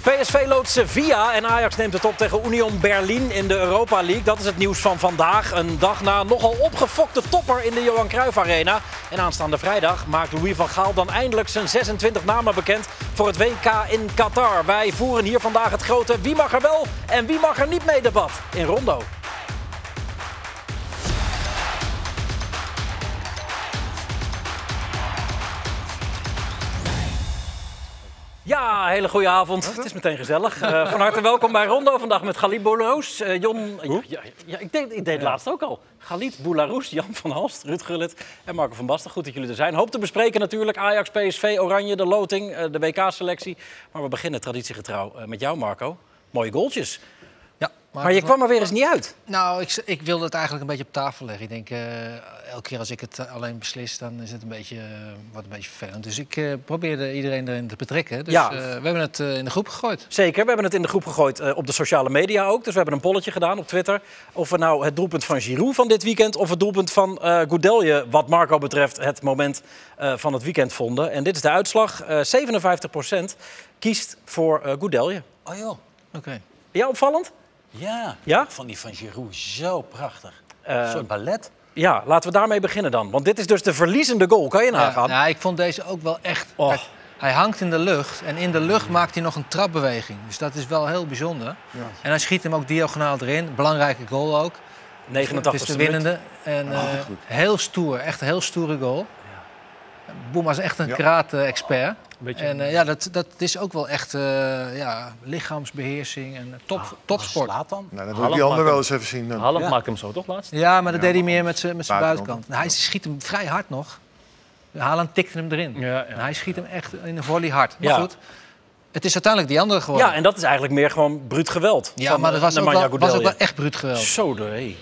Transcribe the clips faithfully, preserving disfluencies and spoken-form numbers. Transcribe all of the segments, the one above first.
P S V loodt Sevilla en Ajax neemt het op tegen Union Berlin in de Europa League. Dat is het nieuws van vandaag. Een dag na een nogal opgefokte topper in de Johan Cruijff Arena. En aanstaande vrijdag maakt Louis van Gaal dan eindelijk zijn zesentwintig namen bekend voor het W K in Qatar. Wij voeren hier vandaag het grote wie mag er wel en wie mag er niet mee debat in Rondo. Ja, hele goede avond. Het is meteen gezellig. Uh, van harte welkom bij Rondo. Vandaag met Galit Boularoes, uh, Jon... Ja, ja, ik deed, ik deed het ja. laatst ook al. Galit Boularoes, Jan van Halst, Ruud Gullit en Marco van Basten. Goed dat jullie er zijn. Hoop te bespreken natuurlijk. Ajax, P S V, Oranje, de loting, uh, de W K-selectie. Maar we beginnen traditiegetrouw uh, met jou, Marco. Mooie goaltjes. Ja, maar, maar je kwam er weer eens niet uit. Nou, ik, ik wilde het eigenlijk een beetje op tafel leggen. Ik denk, uh, elke keer als ik het alleen beslis, dan is het een beetje, uh, wat een beetje vervelend. Dus ik uh, probeerde iedereen erin te betrekken. Dus ja. uh, we hebben het uh, in de groep gegooid. Zeker, we hebben het in de groep gegooid uh, op de sociale media ook. Dus we hebben een polletje gedaan op Twitter. Of we nou het doelpunt van Giroud van dit weekend of het doelpunt van uh, Goudelje, wat Marco betreft, het moment uh, van het weekend vonden. En dit is de uitslag. Uh, zevenenvijftig procent kiest voor uh, Goudelje. Oh joh, oké. Okay. Ja, opvallend? Ja, ja, van die van Giroud, zo prachtig. Uh, een soort ballet. Ja, laten we daarmee beginnen dan. Want dit is dus de verliezende goal. Kan je nagaan? Ja, ja, ik vond deze ook wel echt... Oh. Kijk, hij hangt in de lucht en in de lucht maakt hij nog een trapbeweging. Dus dat is wel heel bijzonder. Ja. En hij schiet hem ook diagonaal erin. Belangrijke goal ook. negenentachtig. Het is de winnende. En uh, heel stoer, echt een heel stoere goal. Ja. Boema is echt een ja. karate-expert. En uh, ja, dat, dat is ook wel echt uh, ja, lichaamsbeheersing en top, ah, topsport. Slaat dan? Nou, dan wil ik die ander wel eens even zien. Dan. Haaland ja. maakt hem zo toch laatst? Ja, maar dat ja, deed hij meer met zijn buitenkant. buitenkant. Nou, hij schiet hem vrij hard nog. Haaland tikte hem erin. Ja, ja. En hij schiet hem echt in een volley hard. Maar ja. goed, het is uiteindelijk die andere geworden. Ja, en dat is eigenlijk meer gewoon bruut geweld. Ja, van, maar dat was ook, wel, was ook wel echt bruut geweld. Zo doorheen.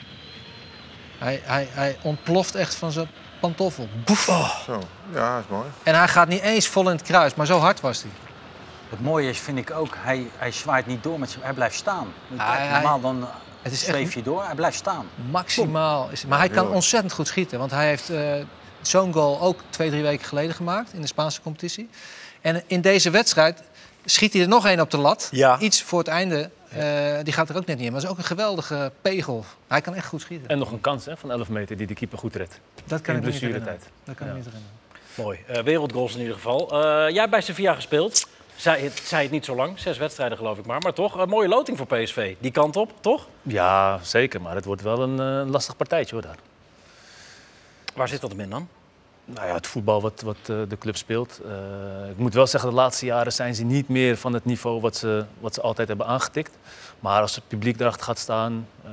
Hij, hij, hij ontploft echt van zijn pantoffel. Boef. Oh. Zo, ja, dat is mooi. En hij gaat niet eens vol in het kruis, maar zo hard was hij. Het mooie is, vind ik ook, hij, hij zwaait niet door met zijn... Hij blijft staan. Hij, Normaal dan het is zweef je door, hij blijft staan. Maximaal. Is, maar hij kan ontzettend goed schieten. Want hij heeft uh, zo'n goal ook twee, drie weken geleden gemaakt in de Spaanse competitie. En in deze wedstrijd schiet hij er nog één op de lat. Ja. Iets voor het einde. Uh, die gaat er ook net niet in. Maar dat is ook een geweldige pegel. Hij kan echt goed schieten. En nog een kans hè, van elf meter die de keeper goed redt. Dat kan in ik de niet herinneren. Dat kan ja. ik niet herinneren. Mooi. Uh, wereldgoals in ieder geval. Uh, jij hebt bij Sevilla gespeeld. Zij het, zij het niet zo lang. Zes wedstrijden geloof ik maar. Maar toch, een mooie loting voor P S V. Die kant op, toch? Ja, zeker. Maar het wordt wel een uh, lastig partijtje hoor daar. Waar zit dat hem in dan? Nou ja, het voetbal wat, wat uh, de club speelt. Uh, ik moet wel zeggen, de laatste jaren zijn ze niet meer van het niveau wat ze, wat ze altijd hebben aangetikt. Maar als het publiek erachter gaat staan, uh,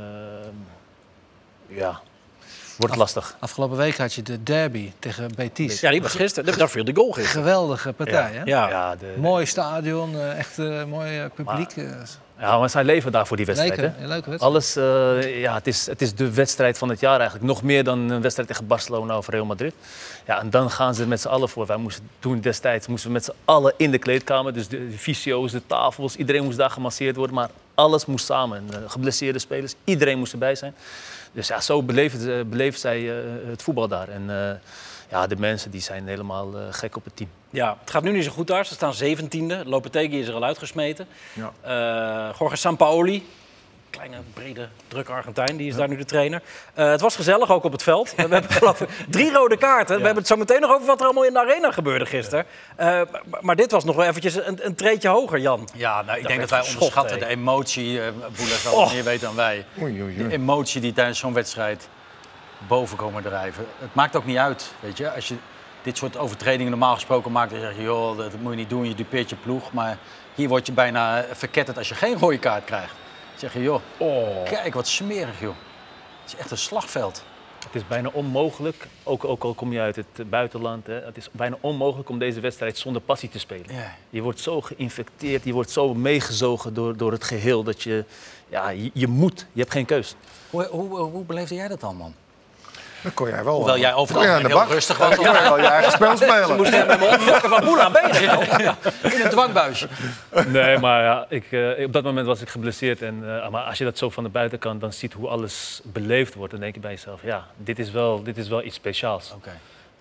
ja, wordt het Af, lastig. Afgelopen week had je de derby tegen Betis. Ja, die was gisteren. Daar viel de goal gisteren. Geweldige partij, ja. hè? Ja. Ja, de, mooi stadion, echt uh, mooi uh, publiek. Maar, ja, maar zij leven daar voor die wedstrijd. Leuke, hè? leuke wedstrijd. Alles, uh, ja, het, is, het is de wedstrijd van het jaar eigenlijk. Nog meer dan een wedstrijd tegen Barcelona of Real Madrid. Ja, en dan gaan ze met z'n allen voor. Wij moesten toen destijds moesten we met z'n allen in de kleedkamer. Dus de, de fysio's, de tafels, iedereen moest daar gemasseerd worden. Maar alles moest samen. De geblesseerde spelers, iedereen moest erbij zijn. Dus ja, zo beleven, beleven zij uh, het voetbal daar. En uh, ja, de mensen die zijn helemaal uh, gek op het team. Ja, het gaat nu niet zo goed daar. Ze staan zeventiende. Lopetegui is er al uitgesmeten. Ja. Uh, Jorge Sampaoli, kleine, brede, drukke Argentijn, die is ja. daar nu de trainer. Uh, het was gezellig, ook op het veld. We hebben geloof ik drie rode kaarten. Ja. We hebben het zo meteen nog over wat er allemaal in de arena gebeurde gisteren. Uh, maar, maar dit was nog wel eventjes een, een treetje hoger, Jan. Ja, nou, ik dat denk dat wij onderschatten de emotie. Uh, Boela zal het oh. meer weten dan wij. Oei, oei, oei. De emotie die tijdens zo'n wedstrijd boven komen drijven. Het maakt ook niet uit, weet je. Als je dit soort overtredingen normaal gesproken maakt, dan zeg je, joh, dat moet je niet doen, je dupeert je ploeg. Maar hier word je bijna verketterd als je geen rode kaart krijgt. Dan zeg je, joh, oh. kijk wat smerig, joh. Het is echt een slagveld. Het is bijna onmogelijk, ook, ook al kom je uit het buitenland, hè, het is bijna onmogelijk om deze wedstrijd zonder passie te spelen. Yeah. Je wordt zo geïnfecteerd, je wordt zo meegezogen door, door het geheel dat je, ja, je, je moet, je hebt geen keus. Hoe, hoe, hoe beleefde jij dat dan, man? Dat kon jij wel. Hoewel jij overal heel bak. rustig was. Ja, ja, wel je eigen spel spelen. Ze moesten met mijn opvakken van Boela bezig. Ja, in een dwangbuisje. Nee, maar ja, ik, uh, op dat moment was ik geblesseerd. En, uh, maar als je dat zo van de buitenkant dan ziet hoe alles beleefd wordt, dan denk je bij jezelf, ja, dit is wel, dit is wel iets speciaals. Okay.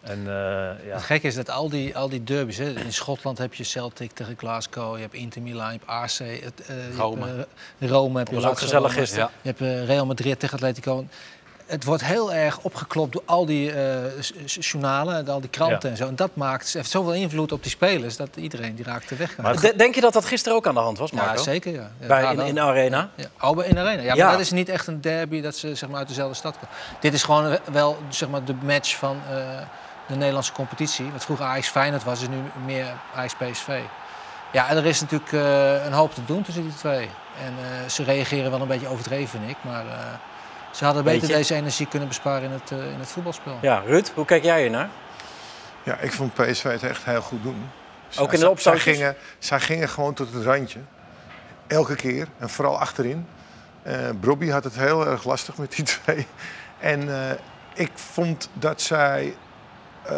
En, uh, ja. Het gekke is dat al die, al die derbies... Hè, in Schotland heb je Celtic tegen Glasgow, je hebt Inter Milan, je hebt A C... Het, uh, Rome. Je hebt, uh, Rome heb je was ook gezellig gisteren. Ja. Je hebt uh, Real Madrid tegen Atletico. Het wordt heel erg opgeklopt door al die uh, journalen en al die kranten ja. en zo. En dat maakt, heeft zoveel invloed op die spelers dat iedereen die raakt de weg kan. Maar denk je dat dat gisteren ook aan de hand was, Marco? Ja, zeker. Ja. Ja, Bij, in, in de arena? Ja. Oh, in de arena. Ja, ja. Maar dat is niet echt een derby dat ze zeg maar, uit dezelfde stad komen. Dit is gewoon wel zeg maar, de match van uh, de Nederlandse competitie. Wat vroeger Ajax Feyenoord was, is nu meer Ajax P S V. Ja, en er is natuurlijk uh, een hoop te doen tussen die twee. En uh, ze reageren wel een beetje overdreven, vind ik. Maar... Uh, Ze hadden beter Beetje. deze energie kunnen besparen in het, uh, in het voetbalspel. Ja, Ruud, hoe kijk jij hier naar? Ja, ik vond P S V het echt heel goed doen. Ook in de opstootjes? Zij gingen, zij gingen gewoon tot het randje. Elke keer. En vooral achterin. Uh, Brobby had het heel erg lastig met die twee. En uh, ik vond dat zij... Uh,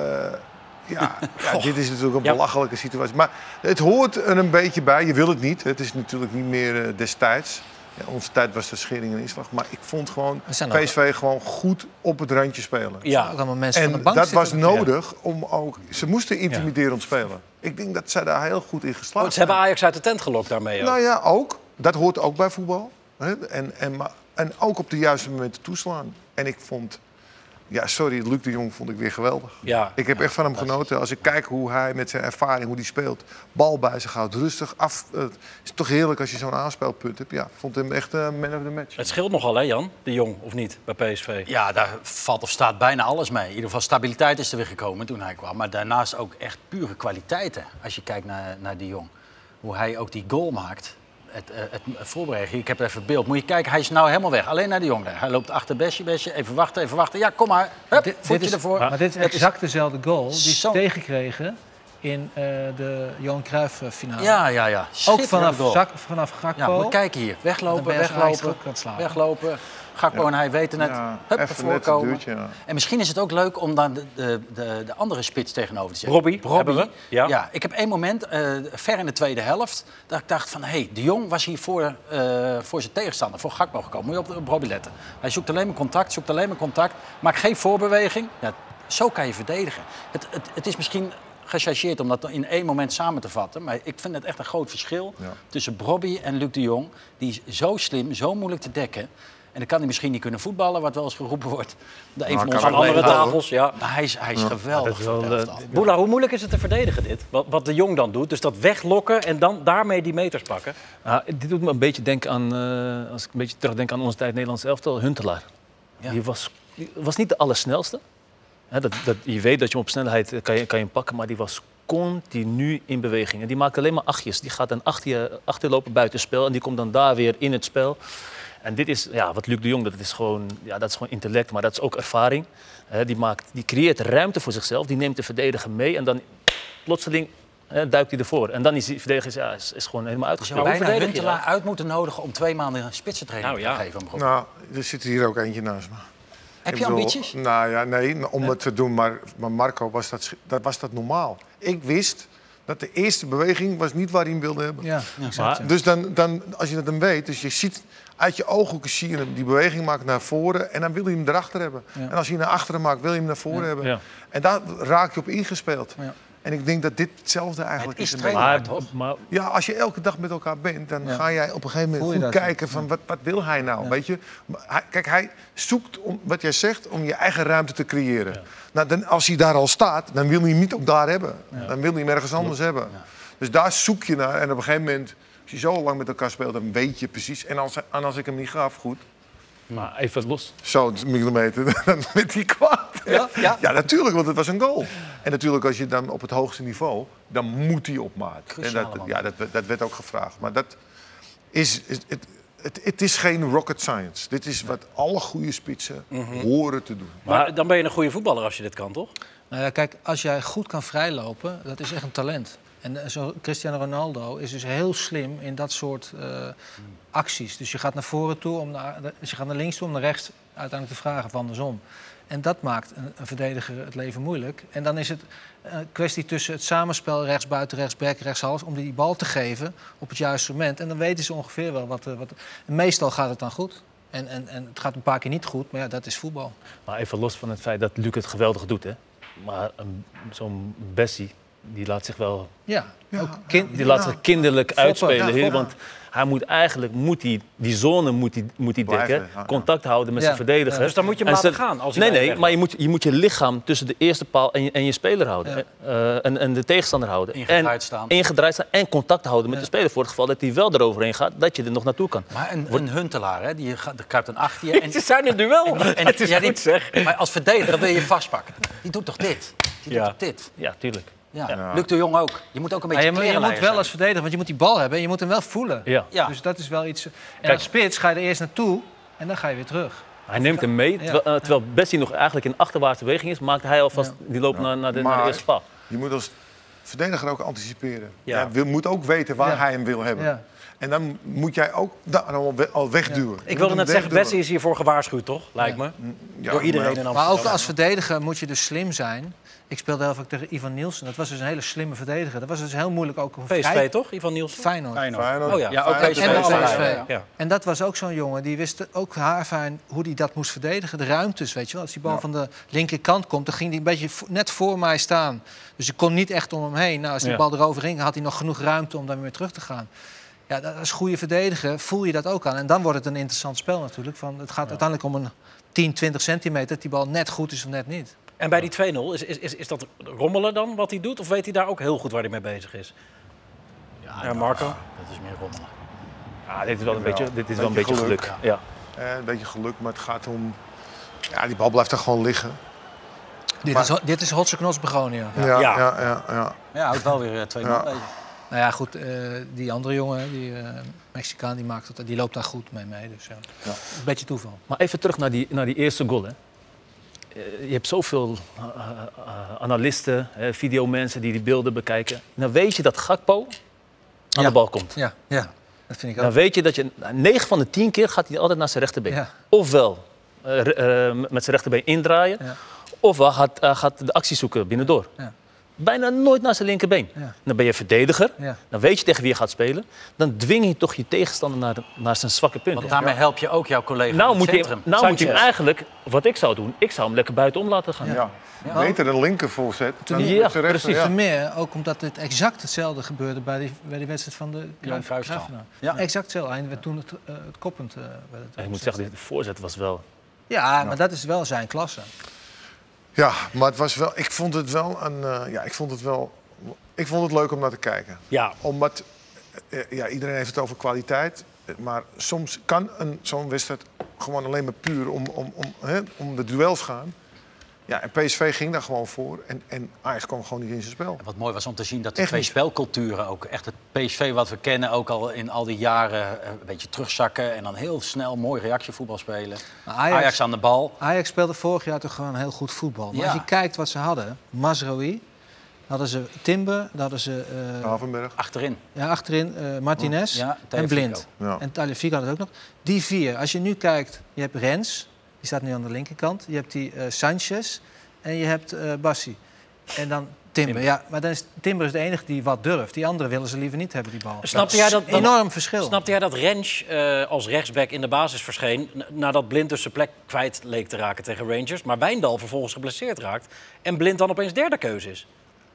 ja, ja, dit is natuurlijk een ja. belachelijke situatie. Maar het hoort er een beetje bij. Je wil het niet. Het is natuurlijk niet meer uh, destijds. Ja, onze tijd was de schering en inslag. Maar ik vond gewoon P S V gewoon goed op het randje spelen. Ja, ook allemaal mensen en van de bank dat was zitten. nodig om ook... Ze moesten intimiderend ja. spelen. Ik denk dat zij daar heel goed in geslaagd oh, ze hebben Ajax uit de tent gelokt daarmee ook. Nou ja, ook. Dat hoort ook bij voetbal. En, en, en ook op de juiste momenten toeslaan. En ik vond... Ja, sorry, Luc de Jong vond ik weer geweldig. Ja, ik heb ja, echt van hem genoten. Als ik kijk hoe hij met zijn ervaring, hoe hij speelt... bal bij zich houdt, rustig af. Het is toch heerlijk als je zo'n aanspelpunt hebt. Ja, vond hem echt uh, man of the match. Het scheelt nogal, hè Jan, de Jong, of niet, bij P S V? Ja, daar valt of staat bijna alles mee. In ieder geval stabiliteit is er weer gekomen toen hij kwam. Maar daarnaast ook echt pure kwaliteiten. Als je kijkt naar, naar de Jong. Hoe hij ook die goal maakt... Het, het, het voorbereiden. Ik heb even het beeld. Moet je kijken, hij is nou helemaal weg. Alleen naar de jongen. Hij loopt achter Besje, Besje. Even wachten, even wachten. Ja, kom maar. Hup, dit, voetje dit is, ervoor. Maar dit is exact dezelfde goal die ze tegenkregen in uh, de Johan Cruijff finale. Ja, ja, ja. Ook vanaf, Zak, vanaf Gakpo. Ja, maar kijk hier. Weglopen, weglopen. Weglopen. Gakpo ja. en hij weten het. Ja, hup, ervoor komen. Duurtje, ja. En misschien is het ook leuk om dan de, de, de, de andere spits tegenover te zetten. Robbie, hebben we. Ja. ja, ik heb één moment, uh, ver in de tweede helft, dat ik dacht van... hé, hey, de Jong was hier voor, uh, voor zijn tegenstander, voor Gakpo gekomen. Moet je op, op Robbie letten. Hij zoekt alleen maar contact, zoekt alleen maar contact. Maakt geen voorbeweging. Ja, zo kan je verdedigen. Het, het, het is misschien... gechargeerd om dat in één moment samen te vatten. Maar ik vind het echt een groot verschil ja. tussen Brobby en Luc de Jong. Die is zo slim, zo moeilijk te dekken. En dan kan hij misschien niet kunnen voetballen, wat wel eens geroepen wordt. De een nou, van onze andere tafels, ja. Maar hij is, hij is ja. geweldig. Ja, wel, uh, Boela, hoe moeilijk is het te verdedigen dit? Wat, wat de Jong dan doet, dus dat weglokken en dan daarmee die meters pakken? Nou, dit doet me een beetje denken aan, uh, als ik een beetje terugdenk aan onze tijd Nederlands elftal, Huntelaar. Ja. Die, was, die was niet de allersnelste. He, dat, dat, je weet dat je hem op snelheid kan je, kan je hem pakken, maar die was continu in beweging. En die maakt alleen maar achtjes. Die gaat dan achter je, achterlopen buitenspel en die komt dan daar weer in het spel. En dit is, ja, wat Luc de Jong, dat is gewoon, ja, dat is gewoon intellect, maar dat is ook ervaring. He, die, maakt, die creëert ruimte voor zichzelf, die neemt de verdediger mee en dan plotseling he, duikt hij ervoor. En dan is die verdediger ja, is, is gewoon helemaal uitgespeeld. Je zou bijna Huntelaar uit moeten nodigen om twee maanden een spitsentraining nou, ja. te geven. Nou, er zit hier ook eentje naast me. Heb je ambities? Nou ja, nee, om ja. het te doen. Maar, maar Marco, was dat, dat, was dat normaal? Ik wist dat de eerste beweging was niet waar hij hem wilde hebben. Ja, exact, ja. Dus dan, dan, als je dat dan weet, dus je ziet uit je ooghoeken zie je hem die beweging maakt naar voren en dan wil je hem erachter hebben. Ja. En als je hem naar achteren maakt, wil je hem naar voren ja. hebben. Ja. En daar raak je op ingespeeld. Ja. En ik denk dat dit hetzelfde eigenlijk het is. is maar, maar, ja, als je elke dag met elkaar bent, dan ja. ga jij op een gegeven moment goed kijken van wat, wat wil hij nou, ja. weet je? Hij, kijk, hij zoekt, om, wat jij zegt, om je eigen ruimte te creëren. Ja. Nou, dan, als hij daar al staat, dan wil hij hem niet ook daar hebben. Ja. Dan wil hij hem ergens anders ja. hebben. Ja. Dus daar zoek je naar en op een gegeven moment, als je zo lang met elkaar speelt, dan weet je precies. En als, en als ik hem niet gaf, goed. Maar even los. Zo'n millimeter, dan met die kwaad. Ja? Ja? Ja, natuurlijk, want het was een goal. En natuurlijk, als je dan op het hoogste niveau, dan moet hij op maat. En dat, ja, dat, dat werd ook gevraagd. Maar dat is, het, het, het, het is geen rocket science. Dit is wat alle goede spitsen mm-hmm. horen te doen. Maar dan ben je een goede voetballer als je dit kan, toch? Nou ja, kijk, als jij goed kan vrijlopen, dat is echt een talent. En zo Cristiano Ronaldo is dus heel slim in dat soort uh, acties. Dus je gaat naar voren toe, om naar, dus je gaat naar links toe om naar rechts uiteindelijk te vragen of andersom. En dat maakt een, een verdediger het leven moeilijk. En dan is het een kwestie tussen het samenspel rechtsbuiten, rechtsback, rechtshals om die bal te geven op het juiste moment. En dan weten ze ongeveer wel wat... wat en meestal gaat het dan goed. En, en, en het gaat een paar keer niet goed, maar ja, dat is voetbal. Maar even los van het feit dat Luc het geweldig doet, hè? Maar um, zo'n Bessie, die laat zich wel... Ja, ook ja, kind, ja, die laat ja. zich kinderlijk Foppen, uitspelen. ja, hier, foppen. want hij moet eigenlijk moet die, die zone moet hij moet hij Blijven, dekken. ja, ja. Contact houden met Ja. zijn verdediger. Ja. Dus dan moet je hem En laten ze- gaan als hij Nee, bij je nee, weg maar je moet, je moet je lichaam tussen de eerste paal en je, en je speler houden. Ja. Eh, en, en de tegenstander houden. Ingedraaid en, staan. Ingedraaid staan en contact houden met Ja. de speler. Voor het geval dat hij wel eroverheen gaat, dat je er nog naartoe kan. Maar een, een Huntelaar, hè, die gaat, die kruipt dan achter je. En, Ze zijn in duel. en, Het is ja, die- goed, zeg. Maar als verdediger wil je je vastpakken. Die doet toch dit? Die Ja. doet toch dit? Ja, tuurlijk. Ja. Ja. Luc de Jong ook. Je moet ook een Ja, beetje je, moet- je moet klerenleier wel zijn. als verdediger, want je moet die bal hebben en je moet hem wel voelen. Ja. Ja. Dus dat is wel iets... En Kijk. als spits ga je er eerst naartoe en dan ga je weer terug. Hij neemt hem mee, terwijl, uh, terwijl Bessie nog eigenlijk in achterwaartse beweging is, maakt hij alvast Ja. die loopt naar, naar, de, naar de Maar- eerste paal. Je moet als verdediger ook anticiperen. Ja. Je wil, moet ook weten waar Ja. hij hem wil hebben. Ja. En dan moet jij ook daar al, we- al wegduwen. Ik wilde net zeggen, Bessie is hiervoor gewaarschuwd, toch? Lijkt me. Ja, Door iedereen maar- in Maar Amsterdam. ook als verdediger moet je dus slim zijn. Ik speelde heel vaak tegen Ivan Nielsen. Dat was dus een hele slimme verdediger. Dat was dus heel moeilijk ook om P S V, vrij- toch? Ivan Nielsen? Feyenoord. Feyenoord. Oh ja. Ja, ook Feyenoord. P S V. En bij allebei. P S V. Ja. Ja. En dat was ook zo'n jongen, die wist ook haar fijn hoe hij dat moest verdedigen. De ruimtes, weet je wel. Als die bal Ja. van de linkerkant komt, dan ging hij een beetje vo- net voor mij staan. Dus ik kon niet echt om hem heen. Nou, als die Ja. bal erover ging, had hij nog genoeg ruimte om dan weer terug te gaan. Ja, dat- als goede verdediger voel je dat ook aan. En dan wordt het een interessant spel natuurlijk. Van, het gaat uiteindelijk om een tien, twintig centimeter, dat die bal net goed is of net niet. En bij die twee nul, is, is, is, is dat rommelen dan wat hij doet? Of weet hij daar ook heel goed waar hij mee bezig is? Ja, Marco? Dat is meer rommelen. Ja, dit is wel een Ja, beetje, dit is wel een beetje beetje geluk. geluk, Ja. Eh, een beetje geluk, maar het gaat om... Ja, die bal blijft er gewoon liggen. Dit, Maar- is, dit is Hotse Knots Begonia. Ja, Ja. ja, ja. ja, Ja, houdt wel weer twee nul Ja. bezig. Nou ja, goed, eh, die andere jongen, die eh, Mexicaan, die, maakt het, die loopt daar goed mee mee. Dus ja. Ja. Een beetje toeval. Maar even terug naar die, naar die eerste goal. Hè. Eh, Je hebt zoveel uh, uh, uh, analisten, uh, videomensen die die beelden bekijken. Dan weet je dat Gakpo aan Ja. de bal komt. Ja, ja, dat vind ik Dan ook. weet je dat je negen van de tien keer gaat hij altijd naar zijn rechterbeen. Ja. Ofwel uh, re- uh, met zijn rechterbeen indraaien, Ja. ofwel gaat, uh, gaat de actie zoeken binnendoor. Ja. Bijna nooit naar zijn linkerbeen. Ja. Dan ben je verdediger, Ja. dan weet je tegen wie je gaat spelen. Dan dwing je toch je tegenstander naar, de- naar zijn zwakke punt. Want daarmee help je ook jouw collega Nou in moet, het hij, centrum. nou moet hij hem Sanchez. eigenlijk, wat ik zou doen, ik zou hem lekker buitenom laten gaan. ja. Ja. Beter een linker voorzet dan die- ja, met zijn rechter. precies. Ja. Te meer, ook omdat het exact hetzelfde gebeurde bij die, bij die wedstrijd van de Cruijff- Cruijffschaal. Cruijffschaal. Ja. Exact hetzelfde. Hij werd toen het, eh, het koppend. eh, werd het En ik moet zeggen, de voorzet was wel... Ja, maar dat is wel zijn klasse. Ja, maar het was wel, ik vond het wel een, eh, ja, ik vond het wel, ik vond het leuk om naar te kijken. Ja. Omdat, eh, ja, iedereen heeft het over kwaliteit, eh, maar soms kan een zo'n wedstrijd gewoon alleen maar puur om, om, om, hè, om de duels gaan. Ja, en P S V ging daar gewoon voor en, en Ajax kwam gewoon niet in zijn spel. En wat mooi was om te zien dat de Echt twee niet. spelculturen ook echt het P S V wat we kennen ook al in al die jaren eh, een beetje terugzakken en dan heel snel mooi reactievoetbal spelen. Maar Ajax, Ajax, aan de bal. Ajax speelde vorig jaar toch gewoon heel goed voetbal. Maar Ja. als je kijkt wat ze hadden, Mazraoui, hadden ze Timber, dan hadden ze eh, Havenberg. Achterin. ja, achterin eh, Martinez Ja, en Tagliafico. Blind. Ja. En Tagliafico had het ook nog. Die vier. Als je nu kijkt, je hebt Rens, die staat nu aan de linkerkant. Je hebt die eh, Sanchez en je hebt eh Bassi. En dan Timber. Ja, maar dan is, Timber is de enige die wat durft. Die anderen willen ze liever niet hebben, die bal. Snapte jij dat, is een enorm verschil. Snapte jij dat Rens eh, als rechtsback in de basis verscheen... n- nadat Blind dus zijn plek kwijt leek te raken tegen Rangers... maar Wijndal vervolgens geblesseerd raakt... en Blind dan opeens derde keuze is?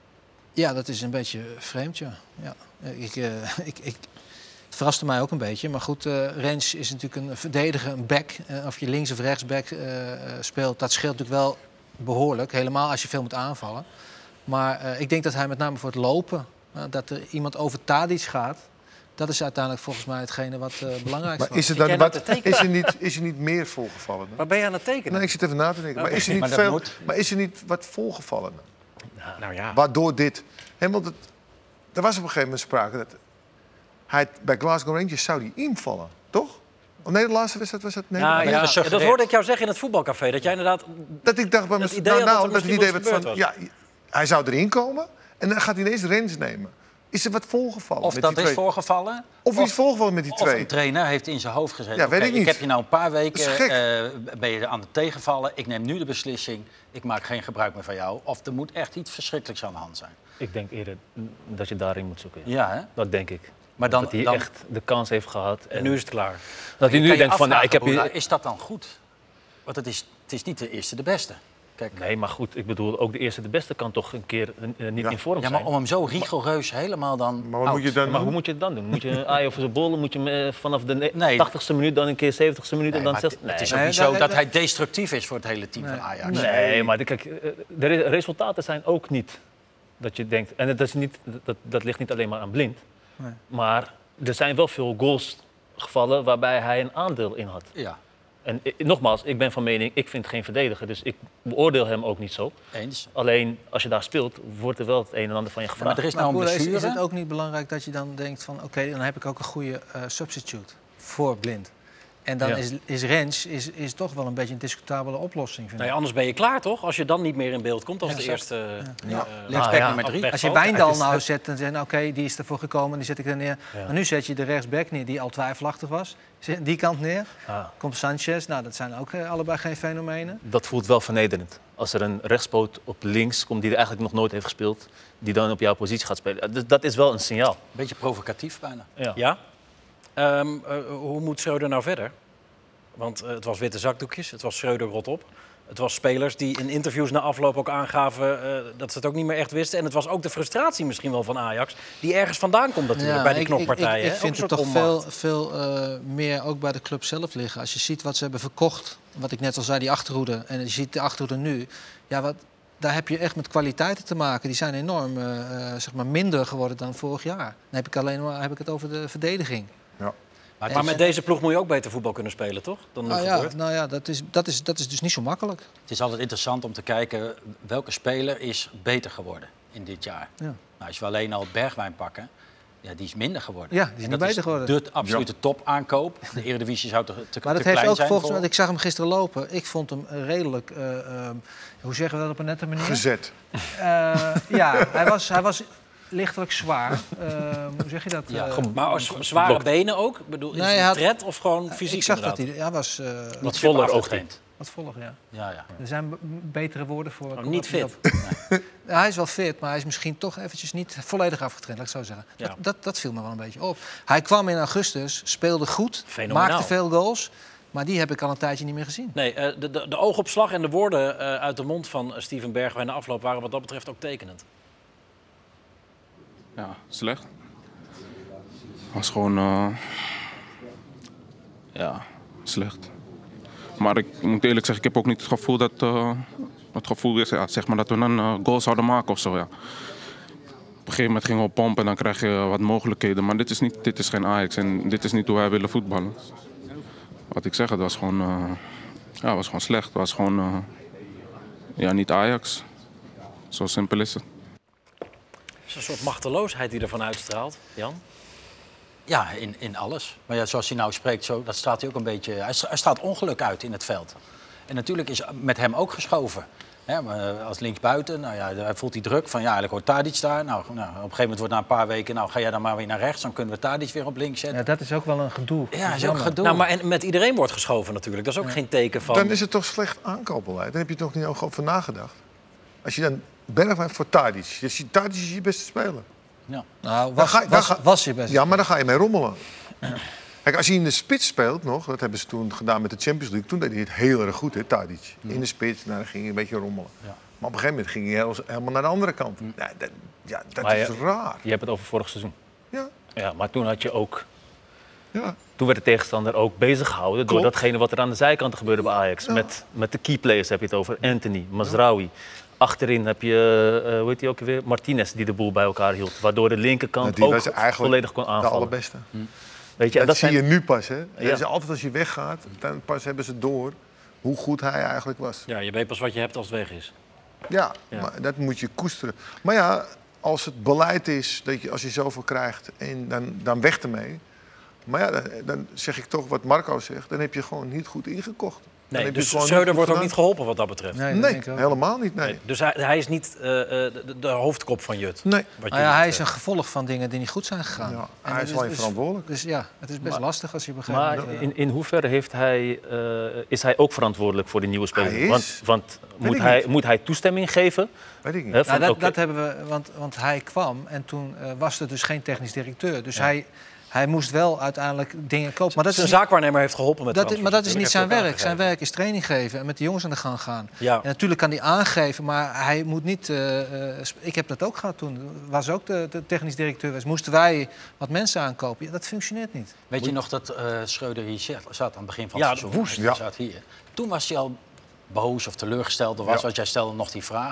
Ja, dat is een beetje vreemd, ja. ja. Ik, eh, ik, ik, het verraste mij ook een beetje. Maar goed, uh, Rens is natuurlijk een verdediger, een back. Uh, of je links- of rechtsback uh, speelt, dat scheelt natuurlijk wel behoorlijk. Helemaal als je veel moet aanvallen. Maar uh, ik denk dat hij met name voor het lopen... Uh, dat er iemand over Tadic gaat... dat is uiteindelijk volgens mij hetgene wat uh, belangrijk is. Maar is er, jij dan, nou wat, te tekenen? is, er niet, is er niet meer volgevallen? Dan? Waar ben je aan het tekenen? Nee, ik zit even na te denken. Maar is er niet, Maar dat veel, moet. maar is er niet wat volgevallen? Dan? Nou ja. Waardoor dit... Hè, want het, er was op een gegeven moment sprake dat... Hij, bij Glasgow Rangers zou die invallen, toch? Oh nee, de laatste wedstrijd was het... Nee, Nou, nee. ja, gesuggereerd. dat hoorde ik jou zeggen in het voetbalcafé. Dat jij inderdaad... Dat ik dacht bij Het mezelf... idee Nou, had dat nou, er dat het misschien idee wel werd eens van... Ja, hij zou erin komen en dan gaat hij ineens Rens nemen. Is er wat volgevallen Of met dat die is twee? voorgevallen. Of is volgevallen met die Of twee? een trainer heeft in zijn hoofd gezet. Ja, weet oké, ik niet. heb je nou een paar weken, Dat is gek. eh, ben je aan het tegenvallen. Ik neem nu de beslissing. Ik maak geen gebruik meer van jou. Of er moet echt iets verschrikkelijks aan de hand zijn. Ik denk eerder dat je daarin moet zoeken. Ja. Ja, hè? Dat denk ik. Maar dan, dat hij dan echt de kans heeft gehad. En, En nu is het klaar. dat hij nu kan je denkt van, nou, afvragen, ik heb Boela, hier... is dat dan goed? Want het is, het is niet de eerste de beste. Kijk. Nee, maar goed, ik bedoel, ook de eerste de beste kan toch een keer uh, niet Ja. in vorm Ja, zijn. maar om hem zo rigoureus helemaal dan Maar wat out. moet je dan Maar hoe doen? moet je het dan doen? Moet je aaien over zijn bollen? Moet je hem uh, vanaf de ne- Nee. tachtigste minuut dan een keer zeventigste minuut Nee, en dan maar zestigste? het is Nee. ook niet Nee, zo dat- dat dat- hij destructief is voor het hele team van Ajax. Nee, maar de, kijk, uh, de re- resultaten zijn ook niet dat je denkt... En dat, is niet, dat, dat ligt niet alleen maar aan Blind. Nee. Maar er zijn wel veel goals gevallen waarbij hij een aandeel in had. Ja, En i- nogmaals, ik ben van mening, ik vind geen verdediger. Dus ik beoordeel hem ook niet zo. eens. Alleen, als je daar speelt, wordt er wel het een en ander van je Ja, maar gevraagd. er is Maar nou een Boele, is, blessure. is het ook niet belangrijk dat je dan denkt van... oké, dan heb ik ook een goede uh, substitute voor Blind. En dan Ja. is, is Rens is, is toch wel een beetje een discutabele oplossing, vind ik. Nee, anders ben je klaar, toch? Als je dan niet meer in beeld komt als Ja, de exact. eerste... eh, Ja. eh, Linksback Ah, ja. nummer drie. Weg- Als je Het Wijndal is- nou het- zet en zegt, nou, oké, die is ervoor gekomen, die zet ik er neer. Ja. Maar nu zet je de rechtsback neer, die al twijfelachtig was. Zet die kant neer. Ah, Komt Sanchez, nou, dat zijn ook uh, allebei geen fenomenen. dat voelt wel vernederend. Als er een rechtspoot op links komt die er eigenlijk nog nooit heeft gespeeld... die dan op jouw positie gaat spelen. Dus dat is wel een signaal. Beetje provocatief bijna. Ja. Ja? Ehm, eh, hoe moet Schreuder nou verder? Want eh, het was witte zakdoekjes, het was Schreuder rot op. Het was spelers die in interviews na afloop ook aangaven uh, dat ze het ook niet meer echt wisten. En het was ook de frustratie misschien wel van Ajax, die ergens vandaan komt natuurlijk bij die ik- knokpartijen. Ik, ik, hè? ik vind Ook het een toch soort veel, onmacht. veel uh, meer ook bij de club zelf liggen. Als je ziet wat ze hebben verkocht, wat ik net al zei, die achterhoede. En je ziet de achterhoede nu. Ja, wat, daar heb je echt met kwaliteiten te maken. Die zijn enorm uh, uh, zeg maar minder geworden dan vorig jaar. Dan heb ik alleen maar heb ik het over de verdediging. Ja. Maar, Maar met deze ploeg moet je ook beter voetbal kunnen spelen, toch? Dan nu Nou ja, gebeurt. nou ja dat, is, dat, is, dat is dus niet zo makkelijk. het is altijd interessant om te kijken welke speler is beter geworden in dit jaar. Ja. Nou, als we alleen al Bergwijn pakken, ja, die is minder geworden. Ja, die is En niet dat beter geworden. de absolute topaankoop. De Eredivisie zou te, te, Maar te dat heeft klein ook zijn volgens voor... mij, ik zag hem gisteren lopen. Ik vond hem redelijk, uh, uh, hoe zeggen we dat op een nette manier? Gezet. Uh, ja, hij was, hij was lichtelijk zwaar. Uh, hoe zeg je dat? Ja, Uh, Maar als zware benen ook? Ik bedoel, is Nee, het hij had- tred of gewoon fysiek ik zag inderdaad? dat hij, hij was uh, Wat Wat voller voller oogt hij. ooggetraind. wat volg, ja. Ja, ja. Er zijn b- betere woorden voor. Oh, niet fit. Ja, hij is wel fit, maar hij is misschien toch eventjes niet volledig afgetraind, laat ik het zo zeggen. Ja. Dat, dat, dat viel me wel een beetje op. Hij kwam in augustus, speelde goed, Fenomenaal. maakte veel goals. Maar die heb ik al een tijdje niet meer gezien. Nee, uh, de, de, de oogopslag en de woorden uh, uit de mond van Steven Bergwijn na afloop waren wat dat betreft ook tekenend. Ja, slecht. Was gewoon... Uh, ja, slecht. Maar ik moet eerlijk zeggen, ik heb ook niet het gevoel dat... Uh, het gevoel is, ja, zeg maar dat we een uh, goal zouden maken of zo, ja. Op een gegeven moment gingen we pompen en dan krijg je wat mogelijkheden. Maar dit is, niet, dit is geen Ajax en dit is niet hoe wij willen voetballen. Wat ik zeg, het was gewoon... Uh, ja, het was gewoon slecht. Het was gewoon... Uh, ja, niet Ajax. Zo simpel is het. Het is een soort machteloosheid die ervan uitstraalt, Jan. Ja, in, in alles. Maar ja, zoals hij nou spreekt, zo, dat staat hij ook een beetje... Hij, st- hij staat ongeluk uit in het veld. En natuurlijk is met hem ook geschoven. Hè, maar als linksbuiten, nou ja, hij voelt die druk van... ja, eigenlijk hoort Tadic daar. Nou, nou, op een gegeven moment wordt na een paar weken... nou, ga jij dan maar weer naar rechts, dan kunnen we Tadic weer op links zetten. Ja, dat is ook wel een gedoe. Ja, is ook gedoe. Nou, maar en met iedereen wordt geschoven natuurlijk. Dat is ook geen teken van... Dan is het toch slecht aankoopbeleid. Dan heb je er toch niet over nagedacht. Als je dan Bergwijn voor Tadic. Je ziet, Tadic is je beste speler. Ja. Nou, was, ga je- dan was, ga- was je best. Ja, maar dan ga je mee rommelen. Kijk, als hij in de spits speelt nog, dat hebben ze toen gedaan met de Champions League, toen deed hij het heel erg goed, hè, Tadic. In de spits, nou, dan ging hij een beetje rommelen. Ja. Maar op een gegeven moment ging hij heel- helemaal naar de andere kant. Ja, dat ja, dat Maar is je- raar. Je hebt het over vorig seizoen. Ja, Ja, maar toen had je ook... ja. Toen werd de tegenstander ook bezig gehouden door Klopt. datgene wat er aan de zijkant gebeurde bij Ajax. Ja. Met, met de key players heb je het over. Anthony, Mazraoui. Achterin heb je, uh, hoe heet die ook weer? Martinez die de boel bij elkaar hield. Waardoor de linkerkant Nou, die ook was eigenlijk volledig kon de aanvallen. allerbeste. Weet je, en Dat, dat zie zijn, je nu pas, hè. Ja. Dat is altijd als je weggaat, dan pas hebben ze door hoe goed hij eigenlijk was. Ja, je weet pas wat je hebt als het weg is. Ja, Ja. maar dat moet je koesteren. Maar ja, als het beleid is dat je als je zoveel krijgt, en dan, dan weg ermee. Maar ja, dan, dan zeg ik toch wat Marco zegt, dan heb je gewoon niet goed ingekocht. Dan Nee, heb je dus gewoon Schreuder niet wordt goed ook niet gedaan. geholpen wat dat betreft. Nee, dat Nee, denk ik ook. helemaal niet, nee. Nee, dus hij, hij is niet uh, de, de hoofdkop van Jut. Nee. Wat Nou je ja, hij niet, is uh, een gevolg van dingen die niet goed zijn gegaan. Ja, En hij dat is alleen dus- verantwoordelijk. Dus ja, het is best Maar- lastig als je op een gegeven maar moment... uh, in, in hoeverre heeft hij, uh, is hij ook verantwoordelijk voor de nieuwe speler? Hij is. Want, want moet, ik hij, niet. moet hij toestemming geven? Weet ik niet. Hè, van, Nou, dat, oké, dat hebben we, want, want hij kwam en toen uh, was er dus geen technisch directeur. Dus hij, Hij moest wel uiteindelijk dingen kopen. Maar dat Zijn is zaakwaarnemer heeft geholpen met dat, Maar dat is niet zijn werk. Aangegeven. Zijn werk is training geven en met de jongens aan de gang gaan. Ja. En natuurlijk kan hij aangeven, maar hij moet niet... Uh, uh, ik heb dat ook gehad toen. Was ook de, de technisch directeur was. Moesten wij wat mensen aankopen? Ja, dat functioneert niet. Weet je nog dat uh, Schreuder hier zat aan het begin van ja, het seizoen? woest. Ja. Zat hier. Toen was hij al boos of teleurgesteld. Of was, ja. Want jij stelde nog die vraag.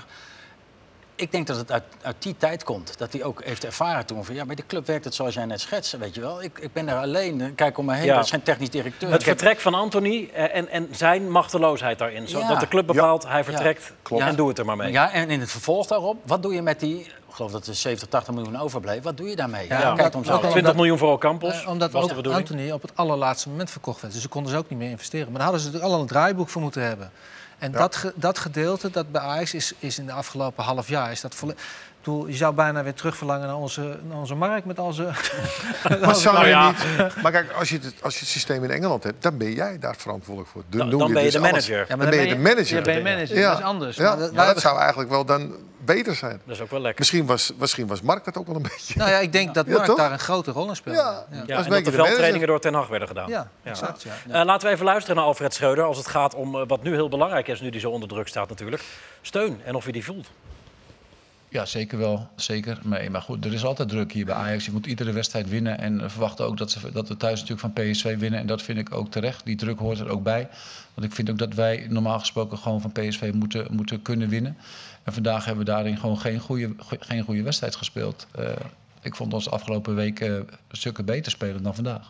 Ik denk dat het uit, uit die tijd komt. Dat hij ook heeft ervaren toen van... ja, bij de club werkt het zoals jij net schetste, weet je wel. Ik, ik ben daar alleen, kijk om me heen, ja. Er is geen technisch directeur. Het ik vertrek heb... van Anthony en, en zijn machteloosheid daarin. Zodat Ja. de club bepaalt, Ja. hij vertrekt ja. en doe het er maar mee. Ja, en in het vervolg daarop, wat doe je met die... ik geloof dat er zeventig, tachtig miljoen overbleef. Wat doe je daarmee? Ja, Ja, omdat- kijk om zo. ook al- twintig miljoen voor Ocampos, Uh, omdat was ook de bedoeling. Anthony op het allerlaatste moment verkocht werd. Dus ze konden ze ook niet meer investeren. Maar daar hadden ze natuurlijk al een draaiboek voor moeten hebben. En ja. dat, ge, dat gedeelte, dat bij Ajax is, is in de afgelopen half jaar... Is dat volle... Je zou bijna weer terugverlangen naar onze, naar onze markt met al zijn... Maar, zou Nou je ja. niet, maar kijk, als je, het, als je het systeem in Engeland hebt, dan ben jij daar verantwoordelijk voor. Dan, Dan, doe dan je ben je dus de alles. manager. Ja, Dan ben je de manager. Ja, ben je manager. Ja. Dat is anders. Ja, Maar maar, dat- wij dat zou eigenlijk wel dan beter zijn. Dat is ook wel lekker. Misschien was, misschien was Mark dat ook wel een beetje. Nou ja, ik denk dat Ja, Mark toch? daar een grote rol in speelt. Ja. Ja, Ja, Dat is en een dat beetje de de veldtrainingen manager. door Ten Hag werden gedaan. ja, Ja. exact. Ja. Uh, laten we even luisteren naar Alfred Schreuder als het gaat om uh, wat nu heel belangrijk is, nu die zo onder druk staat natuurlijk. Steun en of je die voelt. Ja, zeker wel. Zeker. Maar, maar goed, er is altijd druk hier bij Ajax. Je moet iedere wedstrijd winnen. En we verwachten ook dat, ze, dat we thuis natuurlijk van P S V winnen. En dat vind ik ook terecht. Die druk hoort er ook bij. Want ik vind ook dat wij normaal gesproken gewoon van P S V moeten, moeten kunnen winnen. En vandaag hebben we daarin gewoon geen goede, geen goede wedstrijd gespeeld. Uh, ik vond ons afgelopen week uh, stukken beter spelen dan vandaag.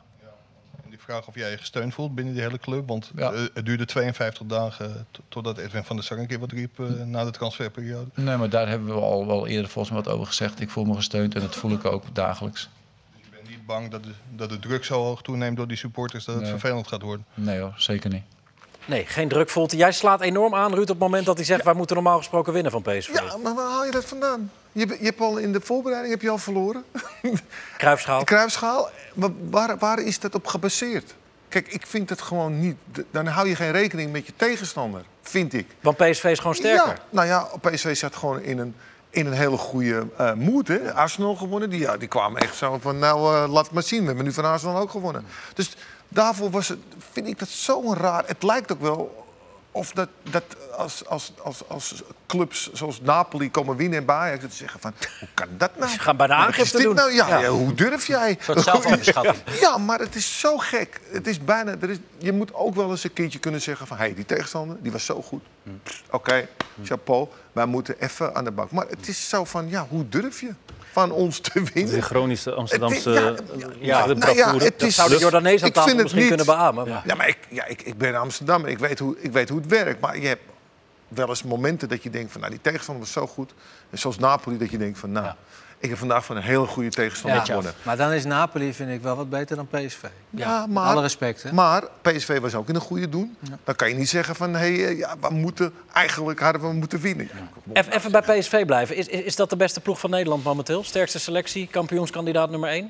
De vraag of jij je gesteund voelt binnen die hele club. Want Ja. uh, het duurde tweeënvijftig dagen to- totdat Edwin van der Sar een keer wat riep uh, na de transferperiode. Nee, maar daar hebben we al wel eerder volgens mij wat over gezegd. Ik voel me gesteund en dat voel ik ook dagelijks. Dus je bent niet bang dat de, dat de druk zo hoog toeneemt door die supporters dat het Nee. vervelend gaat worden? Nee hoor, zeker niet. Nee, geen druk voelt. Jij slaat enorm aan, Ruud, op het moment dat hij zegt... wij moeten normaal gesproken winnen van P S V. Ja, maar waar haal je dat vandaan? Je, je hebt al in de voorbereiding heb je al verloren. Cruijffschaal. De Cruijffschaal, maar waar, waar is dat op gebaseerd? Kijk, ik vind het gewoon niet... Dan hou je geen rekening met je tegenstander, vind ik. Want P S V is gewoon sterker. Ja, nou ja, P S V zat gewoon in een, in een hele goede uh, mood. Hè. Arsenal gewonnen, die, ja, die kwamen echt zo van... nou, uh, laat maar zien, we hebben nu van Arsenal ook gewonnen. Dus daarvoor was het, vind ik dat zo'n raar... Het lijkt ook wel of dat, dat als, als, als, als clubs zoals Napoli komen winnen en bij Ajax... dat ze zeggen van, hoe kan dat nou? Ze gaan bijna Wat aangifte is dit doen. Nou? Ja, Ja. ja, hoe durf jij? Een soort zelfoverschatting. Ja, maar het is zo gek. Het is bijna, er is, je moet ook wel eens een keertje kunnen zeggen van... hé, hey, die tegenstander, die was zo goed. Oké, okay, chapeau, wij moeten even aan de bak. Maar het is zo van, ja, hoe durf je van ons te winnen? Die chronische Amsterdamse Ja, ja, ja, de nou ja, bravoure. het is- Zou de Jordanees aan Ik tafel vind het misschien niet- kunnen beamen. Maar... Ja, maar ik, ja, ik, ik ben Amsterdam en ik weet, hoe, ik weet hoe het werkt. Maar je hebt wel eens momenten dat je denkt van... nou, die tegenstander was zo goed. En zoals Napoli, dat je denkt van... nou, Ja. ik heb vandaag van een hele goede tegenstander Ja, gewonnen. maar dan is Napoli, vind ik, wel wat beter dan P S V. Ja, Met maar, alle respect, hè? maar P S V was ook in een goede doen. Dan kan je niet zeggen van... hé, hey, ja, we moeten, eigenlijk hadden we moeten winnen. Even, even bij P S V blijven. Is, is, is dat de beste ploeg van Nederland momenteel? Sterkste selectie, kampioenskandidaat nummer één?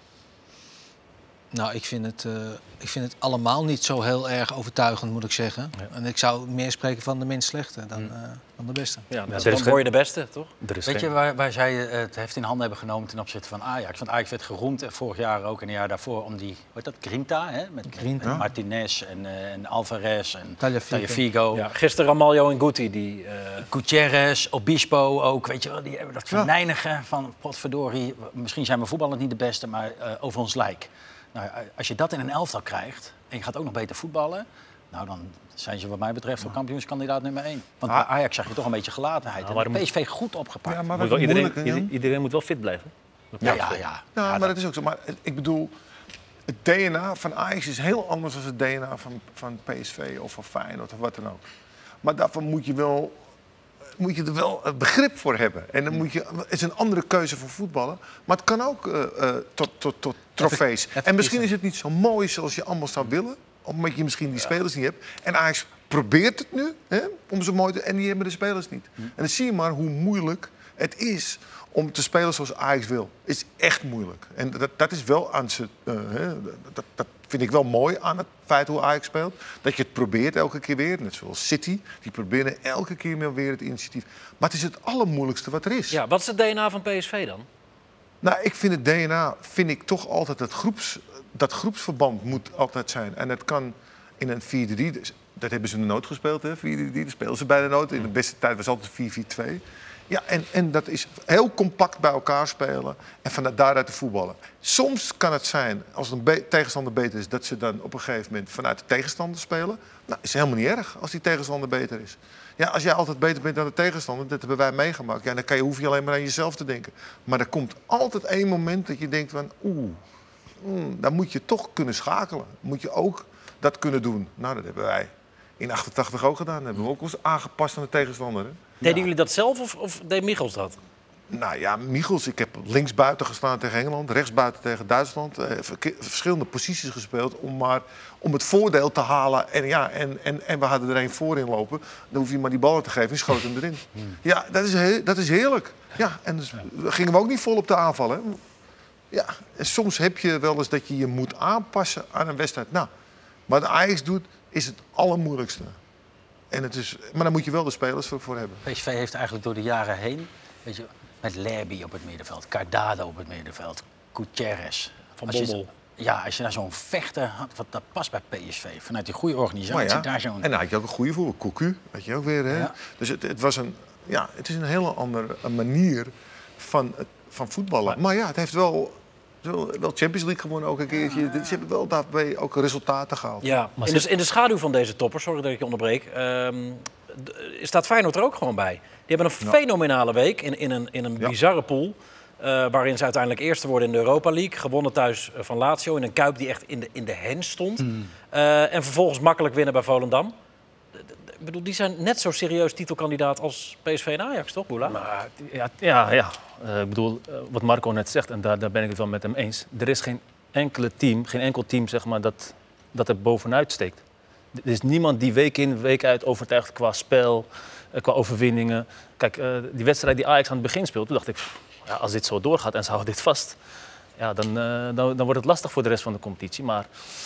Nou, ik vind, het, uh, ik vind het allemaal niet zo heel erg overtuigend, moet ik zeggen. Ja. En ik zou meer spreken van de minst slechte dan, uh, dan de beste. Ja, er dan is word je de beste, toch? Er is Weet je geen- waar, waar zij het heft in handen hebben genomen ten opzichte van Ajax? Want Ajax werd geroemd eh, vorig jaar ook en een jaar daarvoor om die, wat is dat, Grinta, hè? Met, Grinta. met Martinez en, uh, en Alvarez en Tagliafico. Tagliafico. Ja, gisteren Ramaljo en Guti. Die, uh... Gutierrez, Obispo ook, weet je wel, die hebben dat verneinigen van potverdorie. Misschien zijn we voetballend niet de beste, maar uh, over ons lijk. Nou, als je dat in een elftal krijgt en je gaat ook nog beter voetballen... nou, dan zijn ze wat mij betreft voor kampioenskandidaat nummer één. Want bij Ajax zag je toch een beetje gelatenheid. Ja, maar en dan P S V goed opgepakt. Ja, Ja, maar Moet wat wel iedereen, moeilijk, hè, Jan? ieder- iedereen moet wel fit blijven. ja, ja. Ja, Ja, maar dat- dat is ook zo. Maar ik bedoel, het D N A van Ajax is heel anders dan het D N A van, van P S V of van Feyenoord of wat dan ook. Maar daarvoor moet je, wel, moet je er wel een begrip voor hebben. En dan moet je, het is een andere keuze voor voetballen. Maar het kan ook uh, uh, tot, tot, tot trofees. Even- even en misschien kiezen. is het niet zo mooi zoals je allemaal zou willen. Omdat je misschien die spelers niet hebt. En Ajax probeert het nu, hè, om zo mooi te... En die hebben de spelers niet. En dan zie je maar hoe moeilijk het is om te spelen zoals Ajax wil. Is echt moeilijk. En dat, dat is wel aan ze, uh, hè, dat, dat vind ik wel mooi aan het feit hoe Ajax speelt. Dat je het probeert elke keer weer. Net zoals City. Die proberen elke keer meer weer het initiatief. Maar het is het allermoeilijkste wat er is. Ja, wat is het D N A van P S V dan? Nou, ik vind het D N A vind ik toch altijd het groeps, dat groepsverband moet altijd zijn. En dat kan in een vier drie, dat hebben ze in de nood gespeeld, hè, vier drie, dat spelen ze bij de nood. In de beste tijd was het altijd vier vier twee. Ja, en, en dat is heel compact bij elkaar spelen en van daaruit te voetballen. Soms kan het zijn, als een be- tegenstander beter is, dat ze dan op een gegeven moment vanuit de tegenstander spelen. Nou, is helemaal niet erg als die tegenstander beter is. Ja, als jij altijd beter bent dan de tegenstander, dat hebben wij meegemaakt. Ja, dan kan je, hoef je alleen maar aan jezelf te denken. Maar er komt altijd één moment dat je denkt van, oeh, mm, dan moet je toch kunnen schakelen. Moet je ook dat kunnen doen. Nou, dat hebben wij in achtentachtig ook gedaan. Dat hebben we ook ons aangepast aan de tegenstander. Hè? Deden jullie dat zelf of, of deed Michels dat? Nou ja, Michels, ik heb linksbuiten gestaan tegen Engeland, rechtsbuiten tegen Duitsland. Eh, verschillende posities gespeeld om, maar, om het voordeel te halen. En, ja, en, en, en we hadden er één voor in lopen. Dan hoef je maar die ballen te geven en schoot hem erin. Ja, dat is, he- dat is heerlijk. Ja, en dus gingen we ook niet vol op de aanval. Hè? Ja, en soms heb je wel eens dat je je moet aanpassen aan een wedstrijd. Nou, wat Ajax doet, is het allermoeilijkste. En het is, maar daar moet je wel de spelers voor, voor hebben. P S V heeft eigenlijk door de jaren heen, weet je, met Lerby op het middenveld, Cardado op het middenveld, Gutierrez. Van Als je- Bommel. Ja, als je daar zo'n vechter had, wat dat past bij P S V. Vanuit die goede organisatie, Maar ja, daar zo'n... en dan had je ook een goede voetbal. Cocu, had je ook weer. Hè? Ja. Dus het, het, was een, ja, het is een hele andere een manier van, het- van voetballen. Maar ja, het heeft wel, wel wel Champions League gewonnen ook een keertje. Dus ze hebben wel daarbij ook resultaten gehaald. Ja, in de, in de schaduw van deze toppers, sorry dat ik je onderbreek, ehm, d- staat Feyenoord er ook gewoon bij. Die hebben een fenomenale week in, in een, in een Ja. bizarre pool. eh, waarin ze uiteindelijk eerste worden in de Europa League. Gewonnen thuis eh, van Lazio in een Kuip die echt in de, in de hens stond. Eh, en vervolgens makkelijk winnen bij Volendam. D- d- Ik bedoel, die zijn net zo serieus titelkandidaat als P S V en Ajax, toch, Boela? Maar, ja, ja, ja. Uh, ik bedoel, uh, wat Marco net zegt, en daar, daar ben ik het wel met hem eens. Er is geen enkele team, geen enkel team zeg maar, dat, dat er bovenuit steekt. Er is niemand die week in, week uit overtuigt qua spel, uh, qua overwinningen. Kijk, uh, die wedstrijd die Ajax aan het begin speelde, toen dacht ik, pff, ja, als dit zo doorgaat en ze houden dit vast, ja, dan, uh, dan, dan wordt het lastig voor de rest van de competitie. Maar,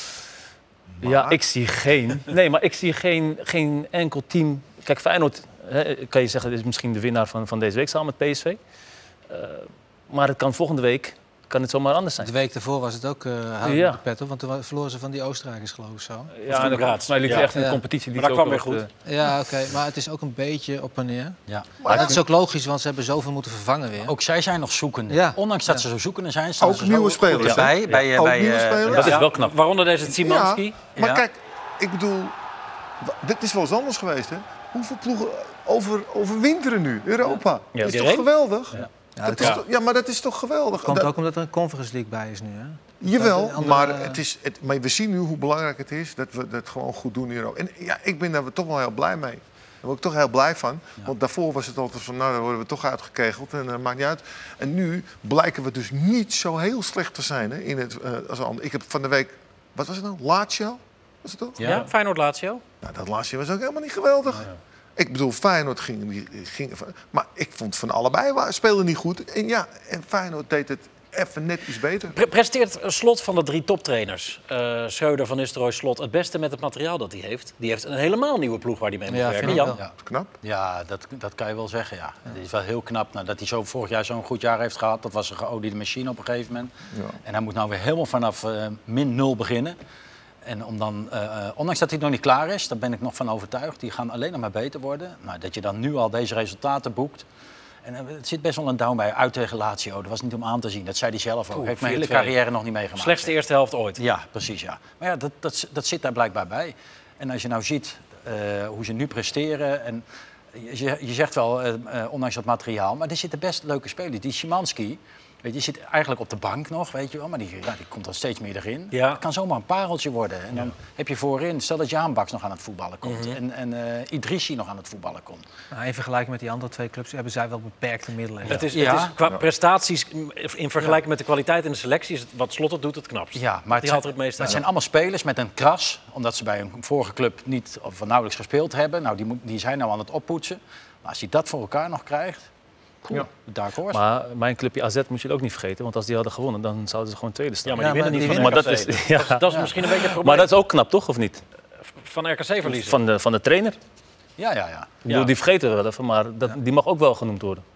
maar... ja, ik zie geen, nee, maar ik zie geen, geen enkel team. Kijk, Feyenoord, hè, kan je zeggen, dit is misschien de winnaar van, van deze week samen met P S V. Uh, maar het kan volgende week kan het zomaar anders zijn. De week daarvoor was het ook uh, houden ja. de pet op, want toen verloren ze van die Oostenrijkers, geloof ik zo. Ja, dat volgens mij liep ja. echt in de Ja. competitie. Maar dat kwam weer goed. Uh, Ja, oké, okay, maar het is ook een beetje op en neer. Ja. Maar dat is ook logisch, want ze hebben zoveel moeten vervangen weer. Ook zij zijn nog zoekende. Ja. Ondanks dat Ja. ze zo zoekende zijn, staan Ook ze nieuwe zo spelers, goed hè? erbij. Bij, Ja. uh, Ook bij, nieuwe uh, spelers. Dat is Ja, wel knap. Waaronder deze Szymanski. Ja, maar Ja. kijk, ik bedoel, wa- dit is wel eens anders geweest, hè? Hoeveel ploegen over, overwinteren nu? Europa. Ja. Dat is Iedereen? toch geweldig? Ja. Ja, Dat dat is toch- ja, maar dat is toch geweldig? komt Dat- ook omdat er een Conference League bij is nu, hè? Jawel, Dat- andere- maar, het is, het, maar we zien nu hoe belangrijk het is dat we dat gewoon goed doen in Europa. En ja, ik ben daar toch wel heel blij mee. Daar word ik toch heel blij van. Want daarvoor was het altijd van, nou, dan worden we toch uitgekegeld en dat maakt niet uit. En nu blijken we dus niet zo heel slecht te zijn, hè, in het, uh, als een ander. Ik heb van de week, wat was het nou? Lazio? Was het toch? Ja, ja Feyenoord Lazio. Nou, dat Lazio was ook helemaal niet geweldig. Ja, ja. Ik bedoel, Feyenoord ging, die ging... Maar ik vond van allebei speelden niet goed. En ja, en Feyenoord deed het even net iets beter. Pre presteert Slot van de drie toptrainers, uh, Schreuder, Van Nistelrooy, Slot, het beste met het materiaal dat hij heeft? Die heeft een helemaal nieuwe ploeg waar hij mee moet ja, werken. Jan? Ja. Knap. Ja, dat, dat kan je wel zeggen, ja. Het is wel heel knap. Nou, dat hij zo vorig jaar zo'n goed jaar heeft gehad, dat was een geoliede machine op een gegeven moment. Ja. En hij moet nou weer helemaal vanaf uh, min nul beginnen. En om dan, uh, uh, ondanks dat hij nog niet klaar is, daar ben ik nog van overtuigd, die gaan alleen nog maar beter worden. Nou, dat je dan nu al deze resultaten boekt. En uh, het zit best wel een down bij, uit tegen Lazio. Dat was niet om aan te zien, dat zei hij zelf ook. Hij heeft mijn hele carrière nog niet meegemaakt. Slechtste eerste helft ooit. Ja, precies, ja. Maar ja, dat, dat, dat zit daar blijkbaar bij. En als je nou ziet uh, hoe ze nu presteren... En je, je zegt wel, uh, uh, ondanks dat materiaal, maar er zitten best leuke spelers. Die Szymanski... Weet je, die zit eigenlijk op de bank nog, weet je wel, maar die, ja, die komt dan steeds meer erin. Ja. Het kan zomaar een pareltje worden. En dan ja. heb je voorin, stel dat Jaan Baks nog aan het voetballen komt mm-hmm. en, en uh, Idrissi nog aan het voetballen komt. Nou, in vergelijking met die andere twee clubs hebben zij wel beperkte middelen. Ja. Het is, ja. het is qua ja. prestaties, in vergelijking ja. met de kwaliteit in de selectie, is het wat Slot het doet het knapst. Ja, maar het zijn, het, het zijn allemaal spelers met een kras, omdat ze bij een vorige club niet of nauwelijks gespeeld hebben. Nou, die, moet, die zijn nou aan het oppoetsen. Maar als hij dat voor elkaar nog krijgt... Cool. Ja. Maar mijn clubje A Z moet je ook niet vergeten, want als die hadden gewonnen, dan zouden ze gewoon tweede staan. Ja, maar die ja, winnen maar niet die van winnen R K C. Maar dat is, ja. dat, is, dat is ja. misschien een beetje het probleem. Maar dat is ook knap, toch, of niet? Van R K C verliezen. Van de, van de trainer. Ja, ja, ja. Ik bedoel, ja. die vergeten we wel even, maar dat, ja. die mag ook wel genoemd worden.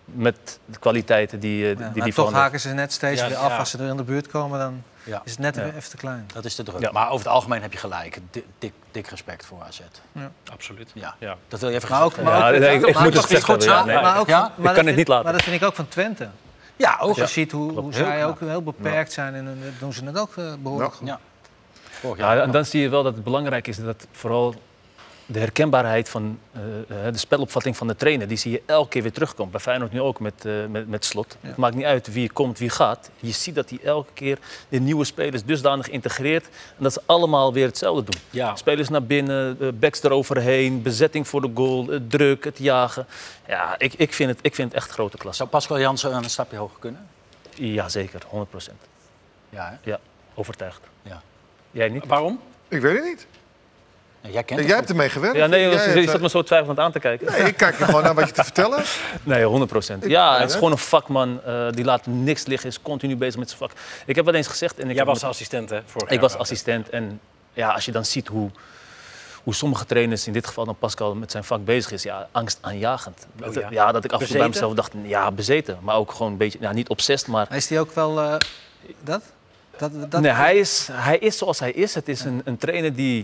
met de kwaliteiten die, uh, ja, die die toch haken ze net steeds ja, weer af. Ja. Als ze er in de buurt komen, dan ja. is het net ja. even te klein. Dat is te druk. Ja. Maar over het algemeen heb je gelijk. Dik, dik, dik respect voor A Z. Ja. Absoluut. Ja. Ja. Dat wil je even maar ook, maar ja, ook, ja, ik, ik moet het goed, goed ja, nee. maar ook, ja? maar ik kan het niet laten. Maar dat vind ik ook van Twente. Ja, ook. Als je ja. ziet hoe, hoe zij ook heel beperkt zijn, en dan doen ze het ook uh, behoorlijk goed. Ja. Ja, en dan zie je wel dat het belangrijk is dat vooral de herkenbaarheid van uh, de spelopvatting van de trainer, die zie je elke keer weer terugkomen. Bij Feyenoord nu ook met, uh, met, met Slot. Ja. Het maakt niet uit wie komt, wie gaat. Je ziet dat hij elke keer de nieuwe spelers dusdanig integreert en dat ze allemaal weer hetzelfde doen. Ja. Spelers naar binnen, uh, backs eroverheen, bezetting voor de goal, uh, druk, het jagen. Ja, ik, ik, vind het, ik vind het echt grote klasse. Zou Pascal Jansen een stapje hoger kunnen? Ja, zeker. honderd procent. Ja, hè? Ja, overtuigd. Ja. Jij niet? Waarom? Ik weet het niet. Ja, jij kent ja, jij hebt ermee gewerkt. Ja, nee, je, je hebt, zat me zo twijfelend aan te kijken. Nee, ik kijk er gewoon naar wat je te vertellen. Nee, honderd procent. Ja, het is gewoon een vakman. Uh, die laat niks liggen, is continu bezig met zijn vak. Ik heb wel eens gezegd... En ik jij was met, assistent, hè? Vorig ik jaar was assistent. En ja, als je dan ziet hoe, hoe sommige trainers, in dit geval dan Pascal, met zijn vak bezig is, ja, angstaanjagend. Oh, ja. ja, dat ik af en toe bij mezelf dacht, ja, bezeten. Maar ook gewoon een beetje, ja, niet obsessed, maar... Is die ook wel uh, dat? dat, dat? Nee, hij is, hij is zoals hij is. Het is een, een trainer die...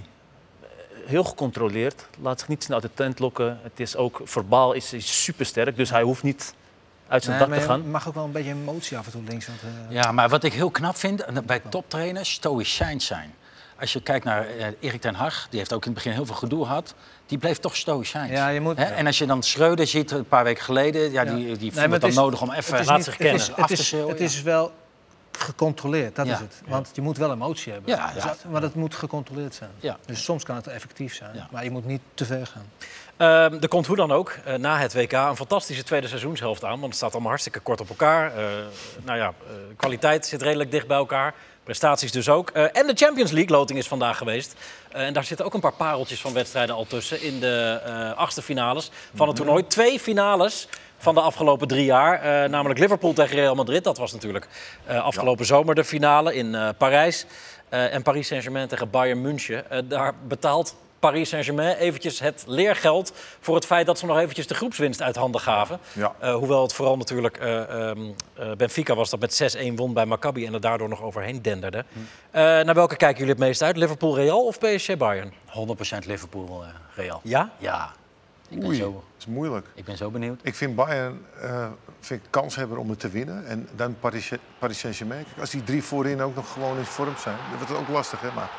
heel gecontroleerd, laat zich niet snel uit de tent lokken. Het is ook verbaal is hij supersterk, dus hij hoeft niet uit zijn nee, dak te gaan. Je mag ook wel een beetje emotie af en toe links. Want, uh... Ja, maar wat ik heel knap vind bij toptrainers, stoïcijns zijn. Als je kijkt naar uh, Erik ten Hag, die heeft ook in het begin heel veel gedoe gehad. Die bleef toch stoïcijns. Ja, je moet... En als je dan Schreuder ziet een paar weken geleden, ja, die, die nee, vond het dan is, nodig om even laten zich kennen. Het is, af te schreeuwen. Het is wel gecontroleerd, dat ja. is het. Want je moet wel emotie hebben. Ja, ja. Dus, maar dat moet gecontroleerd zijn. Ja. Dus soms kan het effectief zijn, ja. maar je moet niet te ver gaan. Uh, er komt hoe dan ook uh, na het W K een fantastische tweede seizoenshelft aan. Want het staat allemaal hartstikke kort op elkaar. Uh, nou ja, uh, kwaliteit zit redelijk dicht bij elkaar. Prestaties dus ook. Uh, en de Champions League loting is vandaag geweest. Uh, en daar zitten ook een paar pareltjes van wedstrijden al tussen. In de uh, achtste finales van het toernooi. Twee finales van de afgelopen drie jaar. Uh, namelijk Liverpool tegen Real Madrid. Dat was natuurlijk uh, afgelopen ja. zomer de finale in uh, Parijs. Uh, en Paris Saint-Germain tegen Bayern München. Uh, daar betaalt Paris Saint-Germain eventjes het leergeld voor het feit dat ze nog eventjes de groepswinst uit handen gaven. Ja. Uh, hoewel het vooral natuurlijk uh, um, uh, Benfica was dat met zes-een won bij Maccabi en er daardoor nog overheen denderde. Hm. Uh, naar welke kijken jullie het meest uit? Liverpool Real of P S G Bayern? honderd procent Liverpool uh, Real. Ja? Ja. Ik ben Oei, zo, dat is moeilijk. Ik ben zo benieuwd. Ik vind Bayern uh, vind ik kans hebben om het te winnen. En dan Paris, Paris Saint-Germain. Als die drie voorin ook nog gewoon in vorm zijn, dan wordt het ook lastig, hè? Maar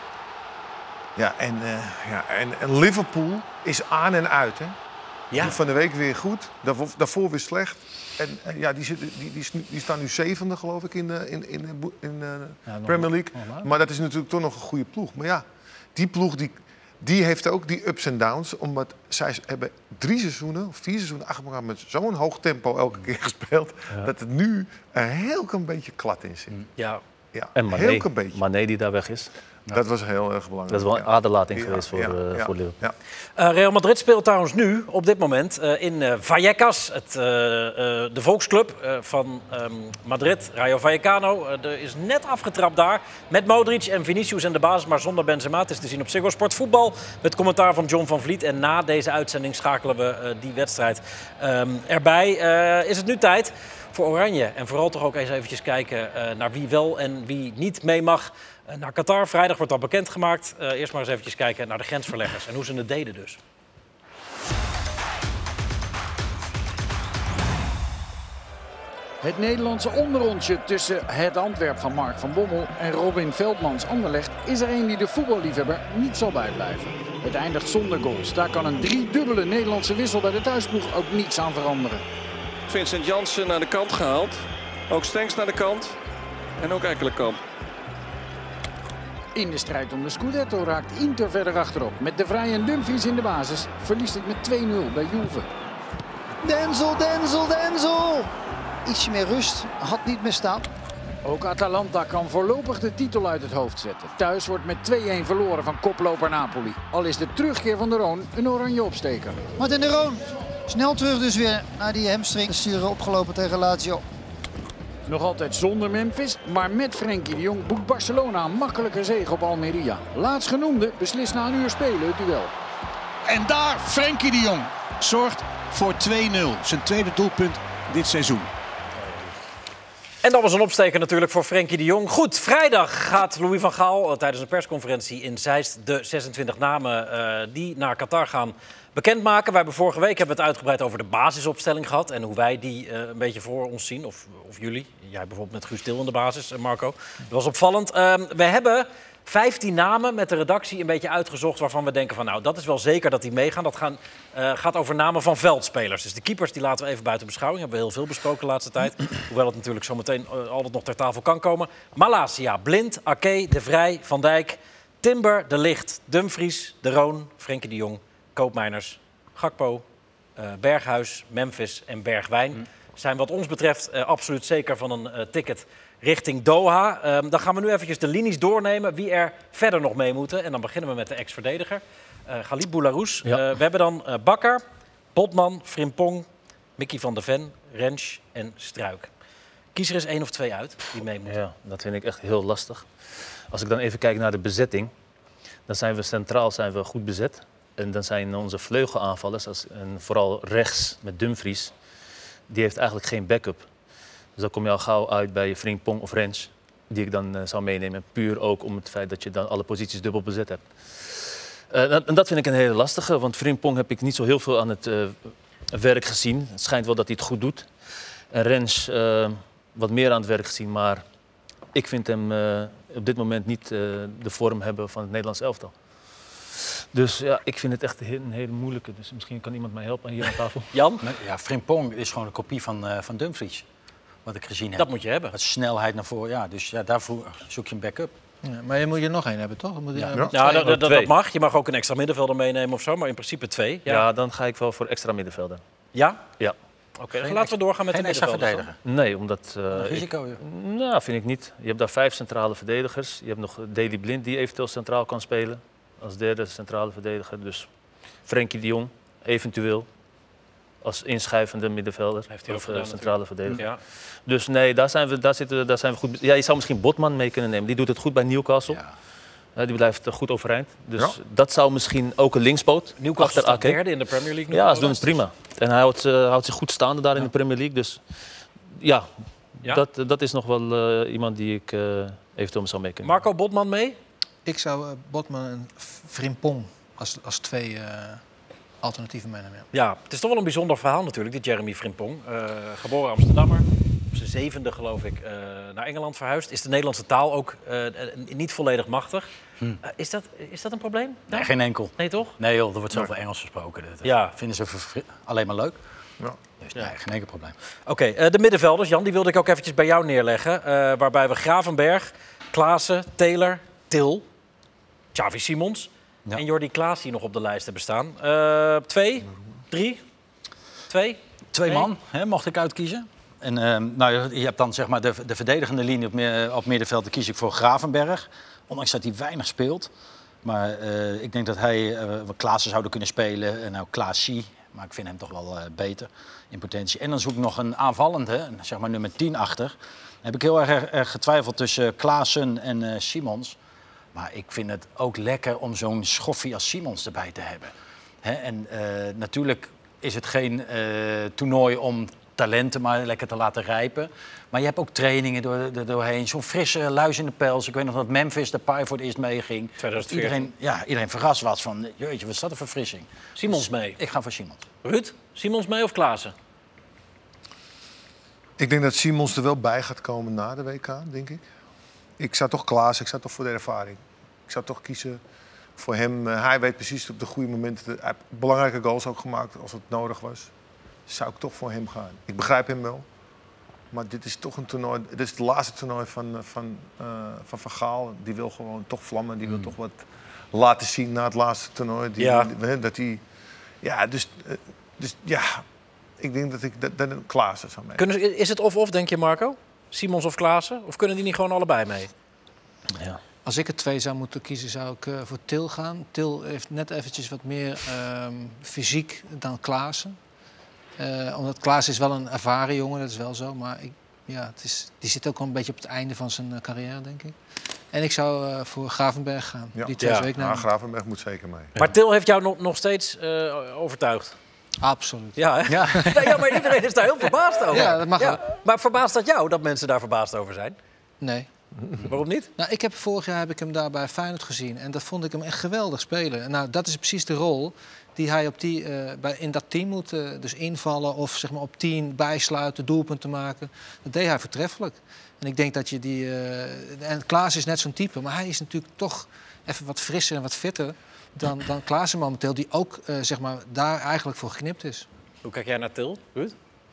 ja, en, uh, ja, en, en Liverpool is aan en uit, hè? Ja. Die van de week weer goed, daarvoor, daarvoor weer slecht. En uh, ja, die, zitten, die, die, die staan nu zevende, geloof ik, in de in, in, in, uh, ja, Premier League. Normaal. Maar dat is natuurlijk toch nog een goede ploeg. Maar ja, die ploeg die, die heeft ook die ups en downs. Omdat zij hebben drie seizoenen, of vier seizoenen achter elkaar met zo'n hoog tempo elke keer gespeeld. Ja. Dat het nu een heel klein beetje klad in zit. Ja. Ja, en Mané, Mané die daar weg is. Ja. Dat was heel erg belangrijk. Dat is wel een aderlating ja. geweest voor, ja. uh, ja. voor Liverpool. Ja. Uh, Real Madrid speelt trouwens nu, op dit moment, uh, in uh, Vallecas. Het, uh, uh, de volksclub uh, van um, Madrid, Rayo Vallecano. Uh, er is net afgetrapt daar met Modric en Vinicius en de basis, maar zonder Benzema. Het is te zien op Ziggo Sport Voetbal met commentaar van John van Vliet. En na deze uitzending schakelen we uh, die wedstrijd um, erbij. Uh, is het nu tijd voor Oranje. En vooral toch ook eens eventjes kijken uh, naar wie wel en wie niet mee mag uh, naar Qatar. Vrijdag wordt dat bekendgemaakt. Uh, eerst maar eens eventjes kijken naar de grensverleggers en hoe ze het deden dus. Het Nederlandse onderrondje tussen het Antwerp van Mark van Bommel en Robin Veldmans Anderlecht is er een die de voetballiefhebber niet zal bijblijven. Het eindigt zonder goals. Daar kan een driedubbele Nederlandse wissel bij de thuisploeg ook niets aan veranderen. Vincent Janssen naar de kant gehaald. Ook Stenks naar de kant. En ook Ekkelenkamp. In de strijd om de Scudetto raakt Inter verder achterop. Met De Vrij en Dumfries in de basis verliest het met twee nul bij Juve. Denzel, Denzel, Denzel! Ietsje meer rust, had niet meer staan. Ook Atalanta kan voorlopig de titel uit het hoofd zetten. Thuis wordt met twee-een verloren van koploper Napoli. Al is de terugkeer van de Roon een oranje opsteker. Martin de Roon, snel terug dus weer naar die hamstring. Sturen opgelopen tegen Lazio. Nog altijd zonder Memphis, maar met Frenkie de Jong boekt Barcelona een makkelijke zege op Almeria. Laatstgenoemde beslist na een uur spelen het duel. En daar Frenkie de Jong zorgt voor twee nul. Zijn tweede doelpunt dit seizoen. En dat was een opsteker natuurlijk voor Frenkie de Jong. Goed, vrijdag gaat Louis van Gaal uh, tijdens een persconferentie in Zeist de zesentwintig namen uh, die naar Qatar gaan bekendmaken. We hebben vorige week hebben we het uitgebreid over de basisopstelling gehad en hoe wij die uh, een beetje voor ons zien. Of, of jullie. Jij bijvoorbeeld met Guus Til in de basis, uh, Marco. Dat was opvallend. Uh, we hebben vijftien namen met de redactie een beetje uitgezocht waarvan we denken van nou, dat is wel zeker dat die meegaan. Dat gaan, uh, gaat over namen van veldspelers. Dus de keepers die laten we even buiten beschouwing. Hebben we heel veel besproken de laatste tijd. Hoewel het natuurlijk zometeen uh, altijd nog ter tafel kan komen. Malasia, Blind, Ake, De Vrij, Van Dijk, Timber, De Ligt, Dumfries, De Roon, Frenkie de Jong, Koopmeiners, Gakpo, uh, Berghuis, Memphis en Bergwijn. Mm. Zijn wat ons betreft uh, absoluut zeker van een uh, ticket richting Doha. Um, dan gaan we nu eventjes de linies doornemen wie er verder nog mee moeten. En dan beginnen we met de ex-verdediger, uh, Khalid Boulahrouz. Ja. Uh, we hebben dan uh, Bakker, Botman, Frimpong, Mickey van der Ven, Rens en Struik. Kies er eens één of twee uit die mee moeten. Ja, dat vind ik echt heel lastig. Als ik dan even kijk naar de bezetting, dan zijn we centraal zijn we goed bezet. En dan zijn onze vleugelaanvallers, als, en vooral rechts met Dumfries, die heeft eigenlijk geen backup. Dus dan kom je al gauw uit bij Frimpong of Rens, die ik dan uh, zou meenemen. Puur ook om het feit dat je dan alle posities dubbel bezet hebt. Uh, en dat vind ik een hele lastige, want Frimpong heb ik niet zo heel veel aan het uh, werk gezien. Het schijnt wel dat hij het goed doet. En Rens uh, wat meer aan het werk gezien, maar ik vind hem uh, op dit moment niet uh, de vorm hebben van het Nederlands elftal. Dus ja, ik vind het echt een hele moeilijke. Dus misschien kan iemand mij helpen hier aan tafel. Jan? Ja, Frimpong is gewoon een kopie van, uh, van Dumfries. Wat ik gezien heb. Dat moet je hebben. Met snelheid naar voren. Ja, dus ja, daarvoor zoek je een backup. Ja, maar je moet je nog één hebben, toch? Moet je, ja, ja. ja dat, dat, dat mag. Je mag ook een extra middenvelder meenemen of zo. Maar in principe twee. Ja, ja dan ga ik wel voor extra middenvelder. Ja? Ja. Oké, okay, dan laten we doorgaan met geen de middenvelder. verdediger? Nee, omdat... Uh, een risico, ik, nou, vind ik niet. Je hebt daar vijf centrale verdedigers. Je hebt nog Daley Blind die eventueel centraal kan spelen. Als derde centrale verdediger. Dus Frenkie de Jong, eventueel. Als inschrijvende middenvelder. Heeft hij of gedaan, centrale verdediger. Ja. Dus nee, daar zijn, we, daar, zitten, daar zijn we goed. Ja, je zou misschien Botman mee kunnen nemen. Die doet het goed bij Newcastle. Ja. Uh, die blijft goed overeind. Dus ja. dat zou misschien ook een linkspoot. Newcastle staat derde in de Premier League. Ja, ze doen het prima. En hij houdt, uh, houdt zich goed staande daar ja. in de Premier League. Dus ja, ja. Dat, dat is nog wel uh, iemand die ik uh, eventueel zou mee kunnen. Marco, Botman mee? Ik zou uh, Botman en Frimpong als, als twee uh, alternatieven meenemen. Ja. ja, het is toch wel een bijzonder verhaal natuurlijk, dit Jeremy Frimpong. Uh, geboren Amsterdammer, op zijn zevende geloof ik uh, naar Engeland verhuisd. Is de Nederlandse taal ook uh, niet volledig machtig. Hm. Uh, is, dat, is dat een probleem? Nee, geen enkel. Nee, toch? Nee joh, er wordt zoveel nee. Engels gesproken. Dat ja. vinden ze alleen maar leuk. Ja. Dus nee, geen enkel probleem. Oké, okay, uh, de middenvelders, Jan, die wilde ik ook eventjes bij jou neerleggen. Uh, waarbij we Gravenberg, Klaassen, Taylor, Til, Xavi Simons ja. en Jordi Klaas die nog op de lijst hebben staan. Uh, twee? Drie? Twee? Twee nee? man, hè, mocht ik uitkiezen. En, uh, nou, je hebt dan zeg maar de, de verdedigende linie op, meer, op middenveld. Dan kies ik voor Gravenberg. Ondanks dat hij weinig speelt. Maar uh, ik denk dat hij uh, Klaassen zouden kunnen spelen. Uh, nou, Klaasie. Maar ik vind hem toch wel uh, beter in potentie. En dan zoek ik nog een aanvallende, zeg maar nummer tien achter. Dan heb ik heel erg, erg getwijfeld tussen Klaassen en uh, Simons. Maar ik vind het ook lekker om zo'n schoffie als Simons erbij te hebben. Hè? En uh, natuurlijk is het geen uh, toernooi om talenten maar lekker te laten rijpen. Maar je hebt ook trainingen door, er doorheen. Zo'n frisse luis in de pels. Ik weet nog dat Memphis de Pai voor het eerst meeging. tweeduizend veertien. Iedereen, ja, iedereen verrast was van, jeetje, wat is dat een verfrissing. Simons mee? Ik ga voor Simons. Ruud, Simons mee of Klaassen? Ik denk dat Simons er wel bij gaat komen na de W K, denk ik. Ik zou toch Klaassen, ik zou toch voor de ervaring. Ik zou toch kiezen voor hem. Uh, hij weet precies op de goede momenten. Hij heeft belangrijke goals ook gemaakt als het nodig was. Zou ik toch voor hem gaan. Ik begrijp hem wel. Maar dit is toch een toernooi. Dit is het laatste toernooi van Van, uh, van, van Gaal. Die wil gewoon toch vlammen. Die wil mm. toch wat laten zien na het laatste toernooi. Die, ja. Die, dat die, ja, dus, uh, dus ja, ik denk dat ik dat, dat een Klaassen zou mee. Kunnen, is het of-of, denk je, Marco? Simons of Klaassen? Of kunnen die niet gewoon allebei mee? Ja. Als ik er twee zou moeten kiezen, zou ik uh, voor Til gaan. Til heeft net eventjes wat meer uh, fysiek dan Klaassen. Uh, omdat Klaassen is wel een ervaren jongen, dat is wel zo. Maar ik, ja, het is, die zit ook al een beetje op het einde van zijn uh, carrière, denk ik. En ik zou uh, voor Gravenberg gaan. Ja, die twee ja. weken ja Gravenberg moet zeker mee. Maar Til heeft jou nog, nog steeds uh, overtuigd? Absoluut. Ja, hè? Ja. Nee, ja, maar iedereen is daar heel verbaasd over. Ja, dat mag ja. ook. Maar verbaast dat jou, dat mensen daar verbaasd over zijn? Nee. Waarom niet? Nou, ik heb, vorig jaar heb ik hem daar bij Feyenoord gezien. En dat vond ik hem echt geweldig spelen. En nou, dat is precies de rol die hij op die, uh, bij, in dat team moet. Uh, dus invallen of zeg maar, op tien bijsluiten, doelpunten maken. Dat deed hij voortreffelijk. En ik denk dat je die... Uh, en Klaas is net zo'n type. Maar hij is natuurlijk toch even wat frisser en wat fitter dan, dan Klaassen momenteel. Die ook uh, zeg maar, daar eigenlijk voor geknipt is. Hoe kijk jij naar Til, Ruud?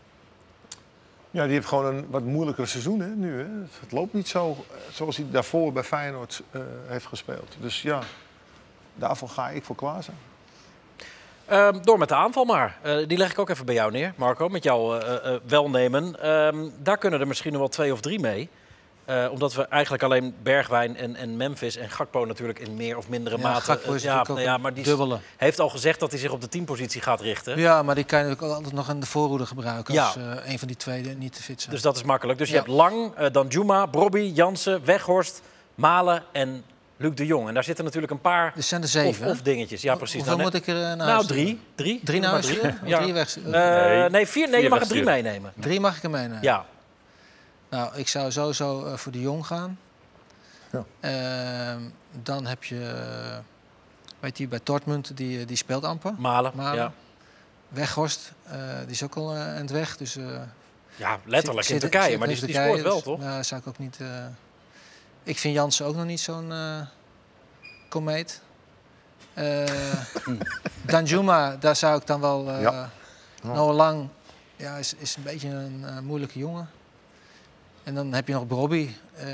Ja, die heeft gewoon een wat moeilijker seizoen hè, nu. Hè. Het loopt niet zo zoals hij daarvoor bij Feyenoord uh, heeft gespeeld. Dus ja, daarvoor ga ik voor Klaassen. Uh, door met de aanval maar. Uh, die leg ik ook even bij jou neer, Marco, met jouw uh, uh, welnemen. Uh, daar kunnen er misschien nog wel twee of drie mee. Uh, omdat we eigenlijk alleen Bergwijn en, en Memphis en Gakpo natuurlijk in meer of mindere ja, mate... Gakpo is uh, ja, ook nou ja, maar die dubbele. heeft al gezegd dat hij zich op de teampositie gaat richten. Ja, maar die kan je natuurlijk altijd nog in de voorhoede gebruiken als ja. uh, een van die twee niet te fit zijn. Dus dat is makkelijk. Dus je ja. hebt Lang, uh, Danjuma, Brobby, Jansen, Weghorst, Malen en Luc de Jong. En daar zitten natuurlijk een paar dus zijn er zeven, of, of dingetjes. Ja, precies. Hoeveel nou, moet ik er uh, naar Nou, drie. Drie, drie naar huis? drie. Ja. Drie weg. Uh, nee, nee, vier, nee, je mag er drie meenemen. Drie mag ik er meenemen? Ja. Nou, ik zou sowieso uh, voor de Jong gaan. Ja. Uh, dan heb je, uh, weet je, bij Dortmund, die, die speelt amper. Malen, Malen. Ja. Weghorst, uh, die is ook al uh, aan het weg. Dus, uh, ja, letterlijk zit, in Turkije, zit, maar die, zit die scoort wel, dus, toch? Ja, zou ik ook niet... Uh, ik vind Jansen ook nog niet zo'n uh, komeet. Uh, Danjuma, daar zou ik dan wel... Uh, ja. Noah Lang, ja, is, is een beetje een uh, moeilijke jongen. En dan heb je nog Brobby. Uh,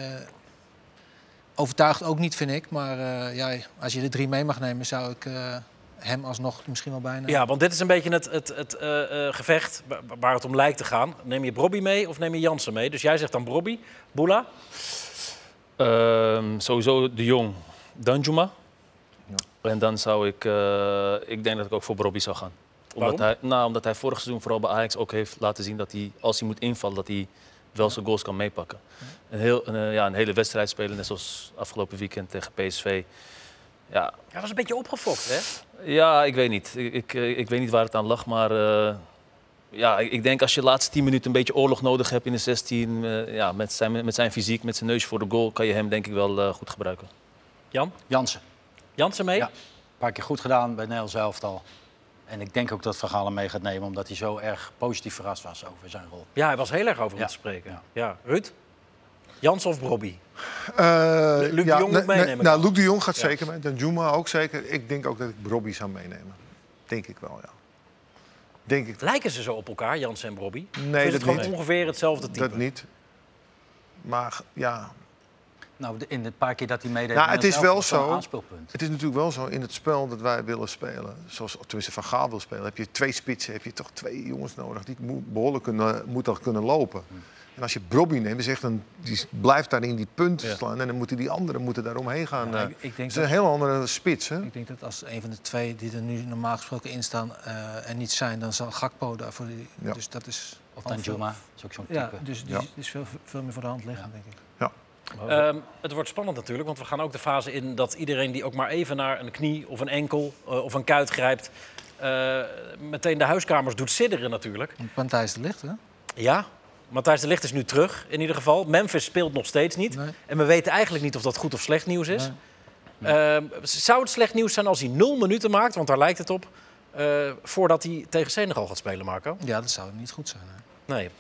overtuigt ook niet, vind ik. Maar uh, ja, als je de drie mee mag nemen, zou ik uh, hem alsnog misschien wel bijna... Ja, want dit is een beetje het, het, het uh, uh, gevecht waar het om lijkt te gaan. Neem je Brobby mee of neem je Jansen mee? Dus jij zegt dan Brobby. Boula? Uh, sowieso de Jong. Danjuma. Ja. En dan zou ik... Uh, ik denk dat ik ook voor Brobby zou gaan. Omdat hij, nou, omdat hij vorig seizoen vooral bij Ajax ook heeft laten zien dat hij, als hij moet invallen, dat hij wel zijn goals kan meepakken. Een, heel, een, ja, een hele wedstrijd spelen, net zoals afgelopen weekend tegen P S V. Ja, hij was een beetje opgefokt, hè? Ja, ik weet niet. Ik, ik, ik weet niet waar het aan lag, maar uh, ja, ik, ik denk als je de laatste tien minuten een beetje oorlog nodig hebt in de zestien, uh, ja, met, zijn, met zijn fysiek, met zijn neus voor de goal, kan je hem denk ik wel uh, goed gebruiken. Jan? Jansen. Jansen mee? Ja, een paar keer goed gedaan bij Nederlands elftal. En ik denk ook dat Van Gaal hem mee gaat nemen, omdat hij zo erg positief verrast was over zijn rol. Ja, hij was heel erg over ja. om te spreken. Ja. Ja. Ruud? Jansen of Brobby? Uh, Luc ja, de Jong moet nee, meenemen. Nou, Luc de Jong gaat ja. zeker mee. Danjuma ook zeker. Ik denk ook dat ik Brobby zou meenemen. Denk ik wel, ja. Denk ik. Lijken ze zo op elkaar, Jansen en Brobby? Nee, is dat het gewoon niet. ongeveer hetzelfde type? Dat niet. Maar ja... Nou, in de paar keer dat hij meedeed... Nou, het is wel zo. Het is natuurlijk wel zo in het spel dat wij willen spelen. Zoals tenminste Van Gaal wil spelen. Heb je twee spitsen, heb je toch twee jongens nodig die behoorlijk kunnen, moeten kunnen lopen. Hmm. En als je Brobby neemt, zegt dan die blijft daar in die punt ja. slaan en dan moeten die anderen moeten daar omheen gaan. Ja, ik, ik denk het is dat, een heel andere spits, hè? Ik denk dat als een van de twee die er nu normaal gesproken in staan uh, en niet zijn, dan zal Gakpo daarvoor. Die, ja. Dus dat is. Of Danjuma, is ook zo'n type. Ja, dus die ja. is veel, veel meer voor de hand liggen, ja. denk ik. Ja. Um, het wordt spannend natuurlijk, want we gaan ook de fase in dat iedereen die ook maar even naar een knie of een enkel uh, of een kuit grijpt, uh, meteen de huiskamers doet sidderen natuurlijk. Matthijs de Ligt, hè? Ja, Matthijs de Ligt is nu terug in ieder geval. Memphis speelt nog steeds niet. Nee. En we weten eigenlijk niet of dat goed of slecht nieuws is. Nee. Nee. Uh, zou het slecht nieuws zijn als hij nul minuten maakt, want daar lijkt het op, uh, voordat hij tegen Senegal gaat spelen, Marco? Ja, dat zou niet goed zijn. Hè? Nee.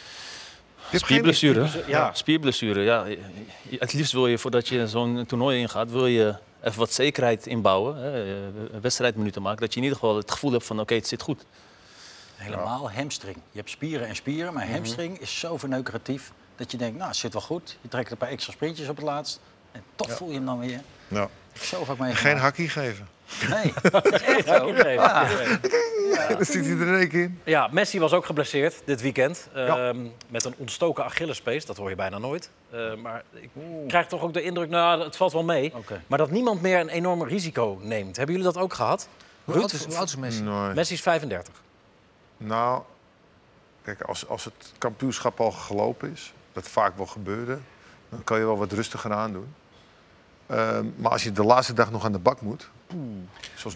Spierblessure. Ja, spierblessure. Ja. Het liefst wil je, voordat je zo'n toernooi ingaat, wil je even wat zekerheid inbouwen. Hè, wedstrijdminuten maken. Dat je in ieder geval het gevoel hebt van oké, okay, het zit goed. Helemaal hamstring. Je hebt spieren en spieren, maar hamstring mm-hmm. is zo verneukeratief dat je denkt, nou, het zit wel goed. Je trekt een paar extra sprintjes op het laatst en toch ja. voel je hem dan weer. Ja. Zo vaak mee. Geen hakkie geven. Nee, dat is echt zo. Ja. Ja. Ja. Daar zit hij er een keer in. Ja, Messi was ook geblesseerd dit weekend. Ja. Uh, met een ontstoken Achillespees. Dat hoor je bijna nooit. Uh, maar ik Oeh. krijg toch ook de indruk, nou, het valt wel mee. Okay. Maar dat niemand meer een enorm risico neemt. Hebben jullie dat ook gehad? Hoe oud is, hoe oud is Messi? Nee. Messi is vijfendertig. Nou, kijk, als, als het kampioenschap al gelopen is, dat vaak wel gebeurde, dan kan je wel wat rustiger aandoen. Uh, maar als je de laatste dag nog aan de bak moet, zoals nu,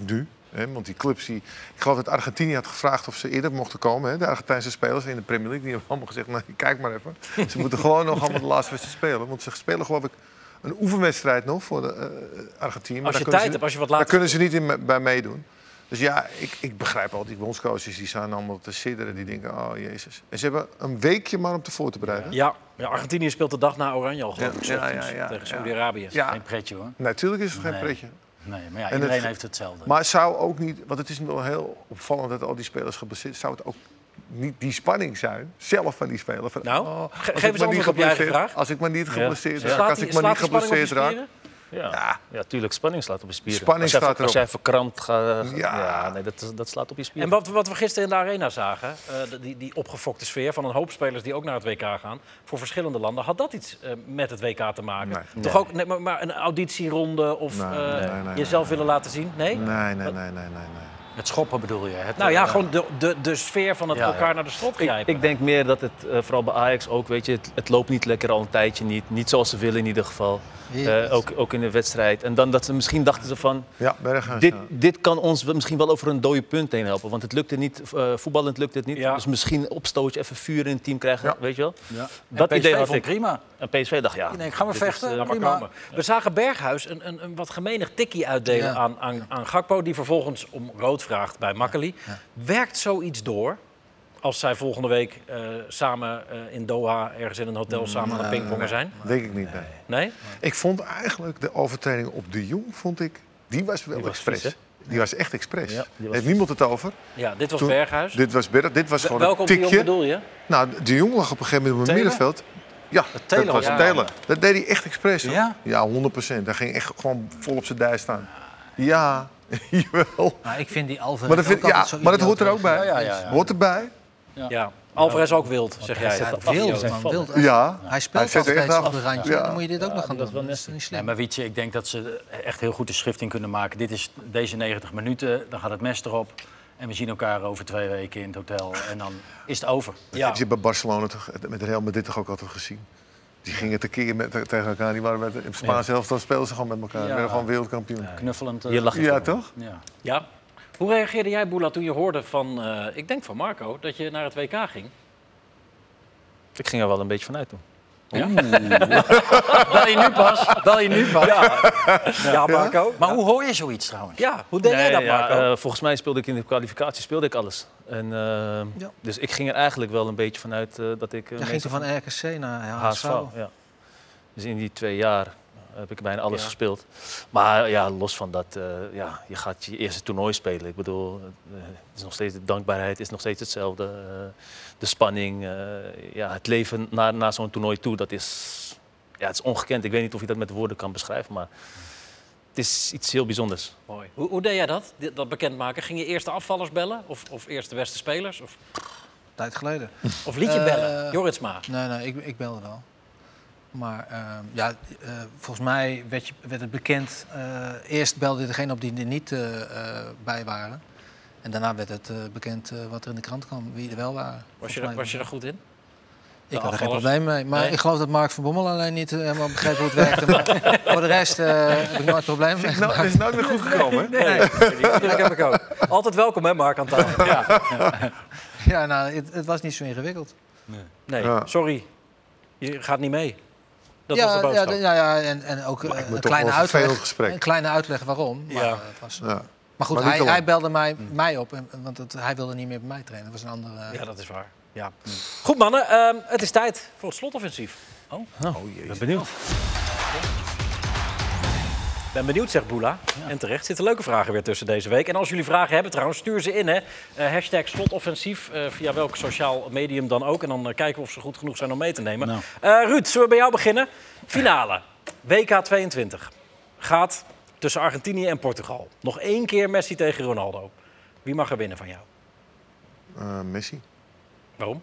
Hè? Want die clubs, die, ik geloof dat Argentinië had gevraagd of ze eerder mochten komen. Hè? De Argentijnse spelers in de Premier League. Die hebben allemaal gezegd, nou, kijk maar even. Ze moeten gewoon nog allemaal de laatste wedstrijd spelen. Want ze spelen geloof ik een oefenwedstrijd nog voor de uh, Argentinië. Maar als je daar tijd hebt, als je wat laat... Daar kunnen ze niet in, bij meedoen. Dus ja, ik, ik begrijp al, die bondscoaches die staan allemaal te sidderen. Die denken, oh jezus. En ze hebben een weekje maar om te voor te bereiden. Ja, ja Argentinië speelt de dag na Oranje al geloof ik. Ja, ja, ja, ja, tegen ja. Saudi-Arabië. Ja. Geen pretje hoor. Natuurlijk is het geen Nee. pretje. Nee, maar ja, En iedereen het- heeft hetzelfde. Maar het zou ook niet, want het is wel heel opvallend dat al die spelers geblesseerd zijn. Zou het ook niet die spanning zijn, zelf van die speler? Van, Nou, oh, ge- als geef ik eens maar niet antwoord op je eigen geblesseerd- vraag. Als ik maar niet geblesseerd Ja. raak, Slaat als die- ik maar slaat niet die spanning op je geblesseerd raak. spieren? Ja, Ja. ja, tuurlijk, spanning slaat op je spieren. Spanning als jij, staat Als erop. jij verkrampt gaat, Ja. ja. nee, dat, dat slaat op je spieren. En wat, wat we gisteren in de arena zagen, uh, die, die opgefokte sfeer van een hoop spelers die ook naar het W K gaan, voor verschillende landen, had dat iets uh, met het W K te maken? Nee. Toch Nee. ook nee, maar, maar een auditieronde of Nee, uh, nee, nee, nee, jezelf nee. willen laten zien? Nee? Nee, nee, nee, nee, nee, nee. Het schoppen bedoel je? Het, Nou ja, eh, gewoon de, de, de sfeer van het Ja, elkaar ja. naar de strot Ik, grijpen. ik denk meer dat het, uh, vooral bij Ajax ook, weet je, het, het loopt niet lekker al een tijdje niet. Niet zoals ze willen in ieder geval. Uh, ook, ook in de wedstrijd. En dan dat ze misschien dachten ze van, Ja, Berghuis. dit, ja. dit kan ons wel- misschien wel over een dode punt heen helpen. Want het lukte niet, uh, voetballend lukt het niet. Ja. Dus misschien opstootje, even vuur in het team krijgen, Ja. weet je wel. Ja. Dat En P S V idee had vond ik. prima. En P S V dacht, ja, Ik denk, gaan we dit is, vechten? uh, Laat maar prima. komen. We zagen Berghuis een, een, een wat gemenig tikkie uitdelen Ja. aan, aan, aan Gakpo, die vervolgens om rood vraagt bij Makkeli. Werkt zoiets door als zij volgende week uh, samen uh, in Doha ergens in een hotel samen aan het pingpongen zijn? Denk ik niet, nee. Nee? Ik vond eigenlijk de overtreding op de Jong, vond ik, die was wel Die was expres. vies, die was echt expres. Ja, die was Heeft niemand het over? Ja, dit was Toen- Berghuis. Dit was, Berg- dit was gewoon Welke een op die Jong tikje. bedoel je? Nou, de Jong lag op een gegeven moment op het Taylor? middenveld. Ja, dat Taylor, was ja. Taylor. Dat deed hij echt expres. hoor. Ja? Ja, honderd procent. Hij ging echt gewoon vol op zijn dij staan. Ja, jawel. Nou, ik vind die Alvarez Maar dat, vind, ook altijd ja, zo maar dat hoort er ook idioot bij. Ja, ja, ja, ja. Hoort erbij. Ja. Alvarez ook wild, zeg jij. Ja, dat wild, afviel. man, wild. Ja. Hij speelt Hij zet er nog echt steeds af. op het randje. Ja. Dan moet je dit ook nog gaan die was doen. wel Dat is net- niet Ja, slim. maar Wietse, ik denk dat ze echt heel goed de schrift in kunnen maken. Dit is deze negentig minuten, dan gaat het mes erop. En we zien elkaar over twee weken in het hotel. En dan is het over. Ja. Heb je bij Barcelona toch, met Real Madrid toch ook altijd gezien? Die gingen tekeer met, tegen elkaar. Die waren met, in Spaans zelf, dan speelden ze gewoon met elkaar. Ja. Die werden gewoon wereldkampioen. Knuffelend. eh, Hier lag je Ja, voor. toch? Ja. Ja. Hoe reageerde jij, Boela, toen je hoorde van, uh, ik denk van Marco, dat je naar het W K ging? Ik ging er wel een beetje vanuit toen. Bel je nu pas? Bel je nu pas? Ja, ja Marco. Maar hoe hoor je zoiets trouwens? Ja, hoe deed jij dat, ja, Marco? eh, volgens mij speelde ik in de kwalificatie speelde ik alles. En, eh, Ja. Dus ik ging er eigenlijk wel een beetje vanuit eh, dat ik... Jij Uh, ging meestal toen van R K C naar H H S S V. V. Ja. Dus in die twee jaar heb ik bijna alles Ja. gespeeld. Maar ja, los van dat, uh, ja, je gaat je eerste toernooi spelen. Ik bedoel, uh, het is nog steeds de dankbaarheid is nog steeds hetzelfde. Uh, de spanning, uh, ja, het leven naar, naar zo'n toernooi toe, dat is, ja, het is ongekend. Ik weet niet of je dat met woorden kan beschrijven, maar het is iets heel bijzonders. Mooi. Hoe, hoe deed jij dat, dit- dat bekendmaken? Ging je eerst de afvallers bellen? Of, of eerst de beste spelers? Of, Tijd geleden. of liet je Eh, bellen? Jorritsma. Nee, nee, ik, ik belde wel. Maar uh, ja, uh, volgens mij werd, je, werd het bekend. Uh, eerst belde degene op die er niet uh, uh, bij waren. En daarna werd het uh, bekend uh, wat er in de krant kwam, wie er wel waren. Was je, er, was je er goed in? Ik De had er geen afvallers? probleem mee. Maar Nee? ik geloof dat Mark van Bommel alleen niet uh, helemaal begreep hoe het werkte. Maar voor de rest uh, heb ik nooit problemen mee. Nou, dat is nooit meer goed gekomen, hè? Nee, dat heb ik ook. Altijd welkom, hè, Mark, aan tafel. Ja. Ja, nou, het, het was niet zo ingewikkeld. Nee, Ja. sorry. Je gaat niet mee. Dat ja, was de ja, boodschap. de- ja, ja, en, en ook uh, Lijkt me een, toch kleine wel een vervelend uitleg, gesprek. een kleine uitleg waarom. Maar, Ja. uh, het was, Ja. maar goed, Maar niet hij, alleen. hij belde mij, mij op, en, want het, hij wilde niet meer bij mij trainen. Dat was een andere... uh, Ja, dat is waar. Ja. Goed, mannen. ehm, het is tijd voor het slotoffensief. Oh, Ik ben benieuwd. ben benieuwd, zegt Boela. En terecht zitten leuke vragen weer tussen deze week. En als jullie vragen hebben trouwens, stuur ze in. Hè. Uh, hashtag slotoffensief, uh, via welk sociaal medium dan ook. En dan uh, kijken we of ze goed genoeg zijn om mee te nemen. Nou. Uh, Ruud, zullen we bij jou beginnen? Finale, W K tweeëntwintig. Gaat tussen Argentinië en Portugal. Nog één keer Messi tegen Ronaldo. Wie mag er winnen van jou? Uh, Messi. Waarom?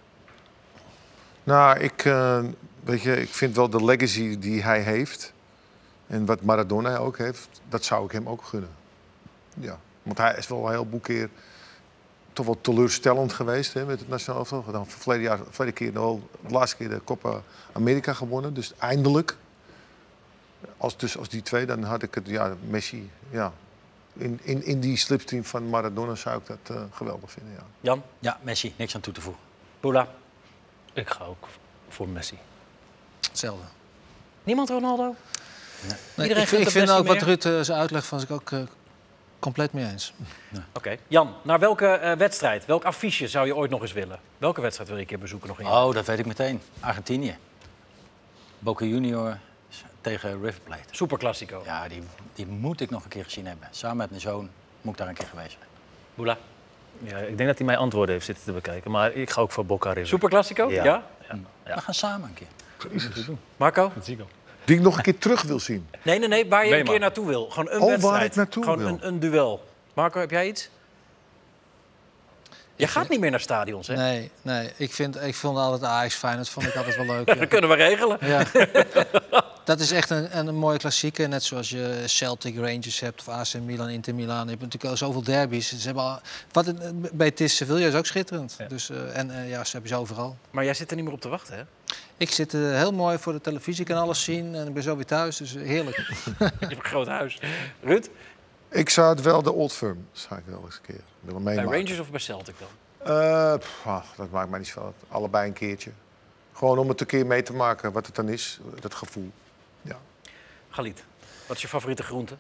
Nou, ik, uh, weet je, ik vind wel de legacy die hij heeft... en wat Maradona ook heeft, dat zou ik hem ook gunnen. Ja, want hij is wel een heleboel keer... toch wel teleurstellend geweest hè, met het nationaal elftal. Dan verleden jaar, verleden keer, de, de laatste keer de Copa America gewonnen. Dus eindelijk, als, dus als die twee, dan had ik het, ja, Messi, ja. in, in, in die slipstream van Maradona zou ik dat uh, geweldig vinden, ja. Jan? Ja, Messi. Niks aan toe te voegen. Boela? Ik ga ook voor Messi. Hetzelfde. Niemand Ronaldo? Nee. Nee, Iedereen ik vind, ik het vind Messi ook wat meer? Ruud uh, zijn uitleg van zich ook uh, compleet mee eens. Nee. Oké. Okay. Jan, naar welke uh, wedstrijd, welk affiche zou je ooit nog eens willen? Welke wedstrijd wil je een keer bezoeken nog in je? Oh, dat weet ik meteen. Argentinië. Boca Junior tegen River Plate. Superclásico. Ja, die, die moet ik nog een keer gezien hebben. Samen met mijn zoon moet ik daar een keer geweest zijn. Boela? Ja, ik denk dat hij mijn antwoorden heeft zitten te bekijken. Maar ik ga ook voor Boca River. Superclásico? Ja. Ja? Ja. Ja. We gaan samen een keer. Marco? Dat zie ik al. Die ik nog een keer terug wil zien. Nee, nee, nee, waar je Nee, een keer man. naartoe wil. Gewoon een Oh, wedstrijd. waar ik naartoe Gewoon wil. een, een duel. Marco, heb jij iets? Je gaat niet meer naar stadions, hè? Nee, nee. Ik, vind, ik vond altijd Ajax fijn. Dat vond ik altijd wel leuk. Ja. Dat kunnen we regelen. Ja. Dat is echt een, een mooie klassieker. Net zoals je Celtic Rangers hebt of A C Milan, Inter Milan. Je hebt natuurlijk al zoveel derbies. Ze hebben al, wat het, bij T I S Sevilla is ook schitterend. Ja. Dus, uh, en uh, ja, ze hebben ze overal. Maar jij zit er niet meer op te wachten, hè? Ik zit uh, heel mooi voor de televisie, kan alles zien. En ik ben zo weer thuis, dus uh, heerlijk. Je hebt een groot huis. Ruud? Ik zou het wel de Old Firm, zou ik wel eens een keer willen meemaken. Bij Rangers of bij Celtic dan? Uh, pff, ach, dat maakt mij niet zo uit. Allebei een keertje. Gewoon om het een keer mee te maken wat het dan is, dat gevoel. Ja. Galit, wat is je favoriete groente?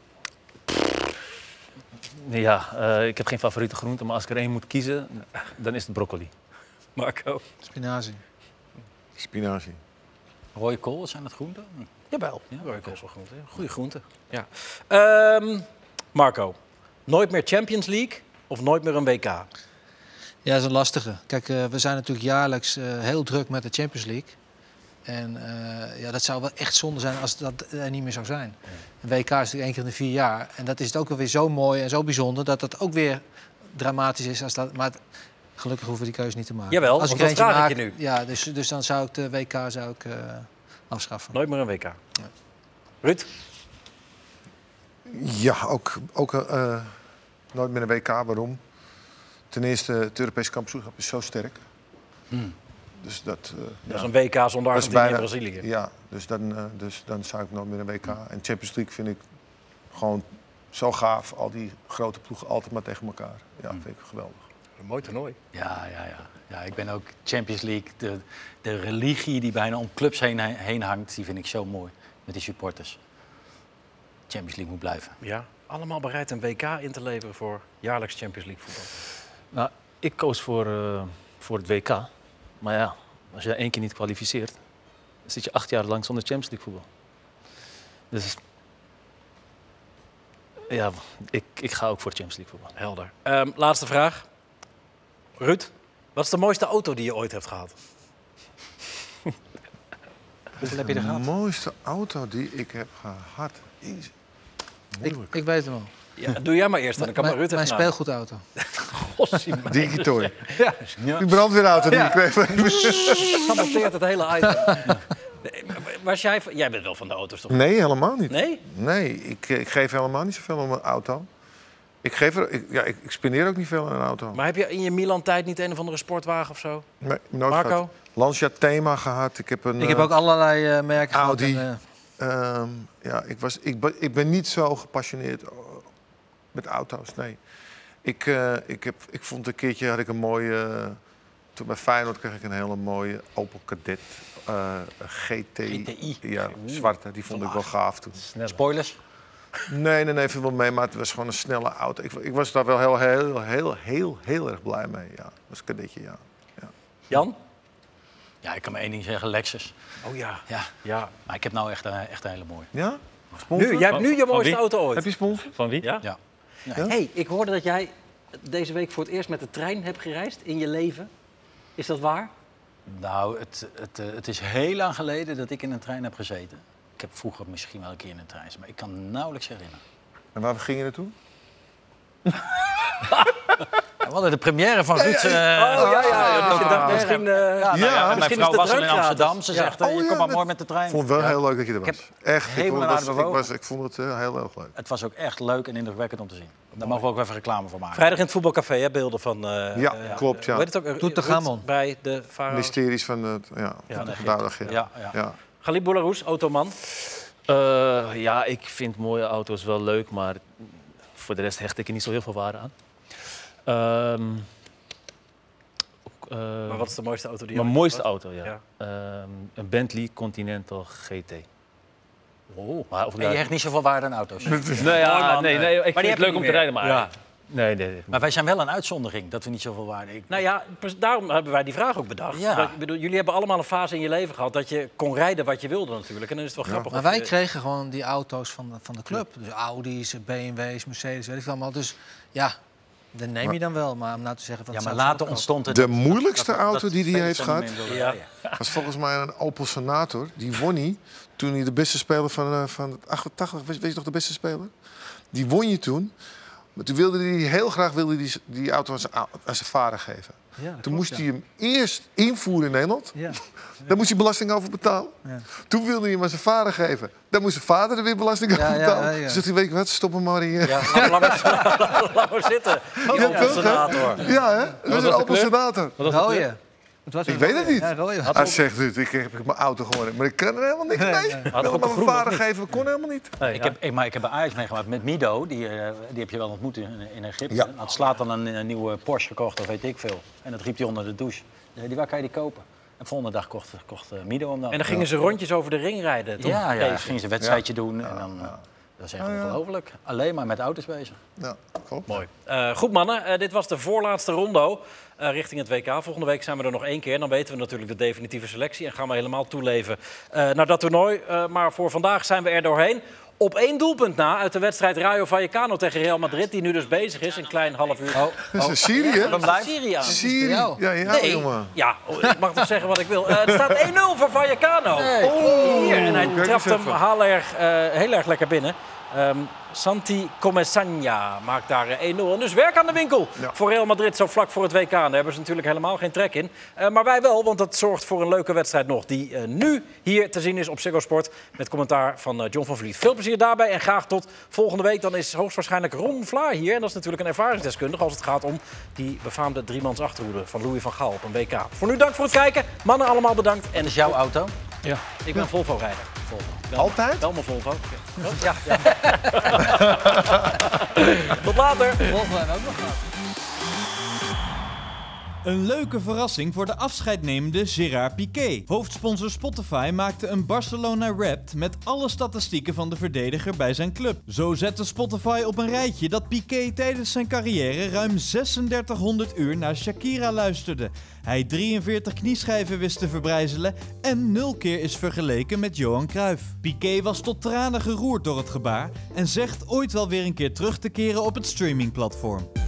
Ja, uh, ik heb geen favoriete groente, maar als ik er één moet kiezen, dan is het broccoli. Marco? Spinazie. Spinazie. Rode kool, zijn dat groenten? Jawel, Ja, rode kool is wel groente. Goeie groente. Ja. Um, Marco, nooit meer Champions League of nooit meer een W K? Ja, dat is een lastige. Kijk, uh, we zijn natuurlijk jaarlijks uh, heel druk met de Champions League. En uh, ja, dat zou wel echt zonde zijn als dat er niet meer zou zijn. Een W K is natuurlijk één keer in de vier jaar. En dat is het ook wel weer zo mooi en zo bijzonder dat het ook weer dramatisch is. Als dat, maar het, gelukkig hoeven we die keuze niet te maken. Jawel, als want ik dat eentje vraag maak, ik je nu. Ja, dus, dus dan zou ik de W K zou ik, uh, afschaffen. Nooit meer een W K. Ja. Ruud? Ja, ook, ook uh, nooit meer een W K. Waarom? Ten eerste, het Europese kampioenschap is zo sterk. Hmm. Dus dat, uh, dat is een W K zonder Argentinië en Brazilië. Ja, dus dan, uh, dus dan zou ik nooit meer een W K. En Champions League vind ik gewoon zo gaaf. Al die grote ploegen altijd maar tegen elkaar. Ja, Hmm. vind ik geweldig. Een mooi toernooi. Ja, ja, ja. ja, ik ben ook Champions League. De, de religie die bijna om clubs heen, heen hangt, die vind ik zo mooi. Met die supporters. Champions League moet blijven. Ja, allemaal bereid een W K in te leveren voor jaarlijks Champions League voetbal. Nou, ik koos voor, uh, voor het W K. Maar ja, als je één keer niet kwalificeert, dan zit je acht jaar lang zonder Champions League voetbal. Dus ja, ik, ik ga ook voor Champions League voetbal. Helder. Um, laatste vraag. Ruud, wat is de mooiste auto die je ooit hebt gehad? Hoeveel heb je er gehad? De mooiste auto die ik heb gehad is ik, ik weet hem al. Ja, doe jij maar eerst, dan kan maar Ruud even Mijn na. speelgoedauto. Digitoy. Ja. Die brandweerauto die Ja. ik kreeg. Saboteert het hele item. Nee, was jij, van- jij bent wel van de auto's toch? Nee, helemaal niet. Nee? Nee, ik, ik geef helemaal niet zoveel om een auto. Ik, geef er, ik, ja, ik, ik spendeer ook niet veel aan een auto. Maar heb je in je Milan-tijd niet een of andere sportwagen of zo? Nee, nooit Marco? gehad. Lancia Thema gehad. Ik heb, een, Ik heb uh, ook allerlei uh, merken Audi. gehad. En, uh, Um, ja, ik, was, ik, ben, ik ben niet zo gepassioneerd met auto's, nee. Ik, uh, ik, heb, ik vond een keertje, had ik een mooie... Uh, toen bij Feyenoord kreeg ik een hele mooie Opel Kadett uh, G T I. G T I. Ja, zwarte. Die vond ik wel gaaf toen. Spoilers? Nee, nee, nee, viel wel mee, maar het was gewoon een snelle auto. Ik, ik was daar wel heel, heel, heel, heel, heel erg blij mee. Ja, dat was een kadetje, ja. ja. Jan? Ja, ik kan maar één ding zeggen, Lexus. Oh ja. Ja, ja. Maar ik heb nou echt een, echt een hele mooie. Ja? Nu, jij hebt nu je Van mooiste wie? auto ooit. Heb je sponsor? Van wie? Ja? Ja. Ja. Ja? Hey, ik hoorde dat jij deze week voor het eerst met de trein hebt gereisd in je leven. Is dat waar? Nou, het, het, uh, het is heel lang geleden dat ik in een trein heb gezeten. Ik heb vroeger misschien wel een keer in een trein gezeten, maar ik kan me nauwelijks herinneren. En waar ging je naartoe? We hadden de première van Ruud. Uh, oh ja, ja. Dus je dacht uh, misschien... Uh, ja, nou, Ja, ja, mijn misschien vrouw is de was al in drank Amsterdam. gratis. Ze Ja. zegt, uh, Oh, je ja, komt maar dat- mooi met de trein. Ik vond het wel Ja. heel leuk dat je er Ik was. heb Echt, ik helemaal vond, naar het de was, ik, bewogen. was, ik vond het uh, heel erg leuk. Het was ook echt leuk en indrukwekkend om te zien. Daar mogen we ook even reclame voor maken. Vrijdag in het voetbalcafé, hè, beelden van... Uh, Ja, uh, klopt, ja. Hoe heet het ook? Toetagamon. Bij de Farao's. Mysteries van het, ja, van de Goudig, ja. Ja, ja. ja. Galit Boularoes, automan. Uh, ja, ik vind mooie auto's wel leuk, maar voor de rest hecht ik er niet zo heel veel waarde aan. Um, uh, maar wat is de mooiste auto die je Mijn hebt? mooiste auto, ja. ja. Um, een Bentley Continental G T. Oh. Maar en je hecht niet zoveel waarde aan auto's? nee, ja, oh, nee, nee, ik maar vind het leuk om te rijden, maar... Ja. Nee, nee, nee. Maar wij zijn wel een uitzondering, dat we niet zoveel waarde... Ik... Nou ja, daarom hebben wij die vraag ook bedacht. Ja. Dat, ik bedoel, jullie hebben allemaal een fase in je leven gehad dat je kon rijden wat je wilde natuurlijk. En dan is het wel ja. grappig. Maar wij je... kregen gewoon die auto's van de, van de club. Dus Audi's, B M W's, Mercedes, weet ik allemaal. Dus ja, dan neem je dan wel. Maar om nou te zeggen... Van ja, maar later ontstond het... De moeilijkste dat, auto dat, die hij heeft gehad, ja. was volgens mij een Opel Senator. Die won hij toen hij de beste speler van, uh, van achtentachtig... Weet je nog de beste speler? Die won je toen. Maar toen wilde hij heel graag wilde die, die auto aan zijn, aan zijn vader geven. Ja, toen klopt, moest ja. hij hem eerst invoeren in Nederland. Ja. Daar moest hij belasting over betalen. Ja. Toen wilde hij hem aan zijn vader geven. Daar moest zijn vader er weer belasting over ja, betalen. Ja, ja, ja. Dus zegt hij, weet je wat, stop hem maar hier. Ja, laat, laat, maar, laat maar zitten. Die ja, Opel Senator. Ja, hè? Dat was een Opel Senator. Wat was het? Het was ik weet het niet. Ja, hij zegt, ik heb mijn auto gewonnen, maar ik kan er helemaal niks mee. Nee, nee. Ik wil hem aan mijn vader geven, kon helemaal niet. Nee, ik, heb, ik, maar ik heb bij Ajax meegemaakt met Mido, die, uh, die heb je wel ontmoet in, in Egypte. Ja. Had Slaat dan een, een nieuwe Porsche gekocht, of weet ik veel. En dat riep hij onder de douche. Die, waar kan je die kopen? En de volgende dag kocht, kocht uh, Mido hem dan. En dan gingen ze rondjes over de ring rijden, toch? Ja, ja, dan gingen ze een wedstrijdje ja. doen. En dan, uh, dat is echt oh, ongelooflijk. Ja. Alleen maar met auto's bezig. Ja, klopt. Mooi. Uh, goed mannen, uh, dit was de voorlaatste rondo uh, richting het W K. Volgende week zijn we er nog één keer. Dan weten we natuurlijk de definitieve selectie en gaan we helemaal toeleven uh, naar dat toernooi. Uh, maar voor vandaag zijn we er doorheen. Op één doelpunt na uit de wedstrijd Rayo Vallecano tegen Real Madrid, die nu dus bezig is, een klein half uur. Oh, dat is een Syrië? Ja, dat is Syrië. Syrië? Ja, ja, nee. jongen. Ja, ik mag toch zeggen wat ik wil. Uh, het staat één nul voor Vallecano. Nee. Oh, hier, en hij trapt hem heel erg, uh, heel erg lekker binnen. Um, Santi Comesaña maakt daar één nul. En dus werk aan de winkel ja. voor Real Madrid zo vlak voor het W K. Daar hebben ze natuurlijk helemaal geen trek in. Uh, maar wij wel, want dat zorgt voor een leuke wedstrijd nog. Die uh, nu hier te zien is op Ziggo Sport. Met commentaar van uh, John van Vliet. Veel plezier daarbij en graag tot volgende week. Dan is hoogstwaarschijnlijk Ron Vlaar hier. En dat is natuurlijk een ervaringsdeskundige als het gaat om die befaamde driemans achterhoede van Louis van Gaal op een W K. Voor nu dank voor het kijken. Mannen, allemaal bedankt. En dat is jouw auto? Ja. Ik ben ja. Volvo-rijder. Volvo. Wel, Altijd? Wel mijn Volvo. Ja. ja. Tot later. Volvo en ook nog gehad. Een leuke verrassing voor de afscheidnemende Gerard Piqué. Hoofdsponsor Spotify maakte een Barcelona Wrapped met alle statistieken van de verdediger bij zijn club. Zo zette Spotify op een rijtje dat Piqué tijdens zijn carrière ruim zesendertighonderd uur naar Shakira luisterde. Hij drieënveertig knieschijven wist te verbrijzelen en nul keer is vergeleken met Johan Cruijff. Piqué was tot tranen geroerd door het gebaar en zegt ooit wel weer een keer terug te keren op het streamingplatform.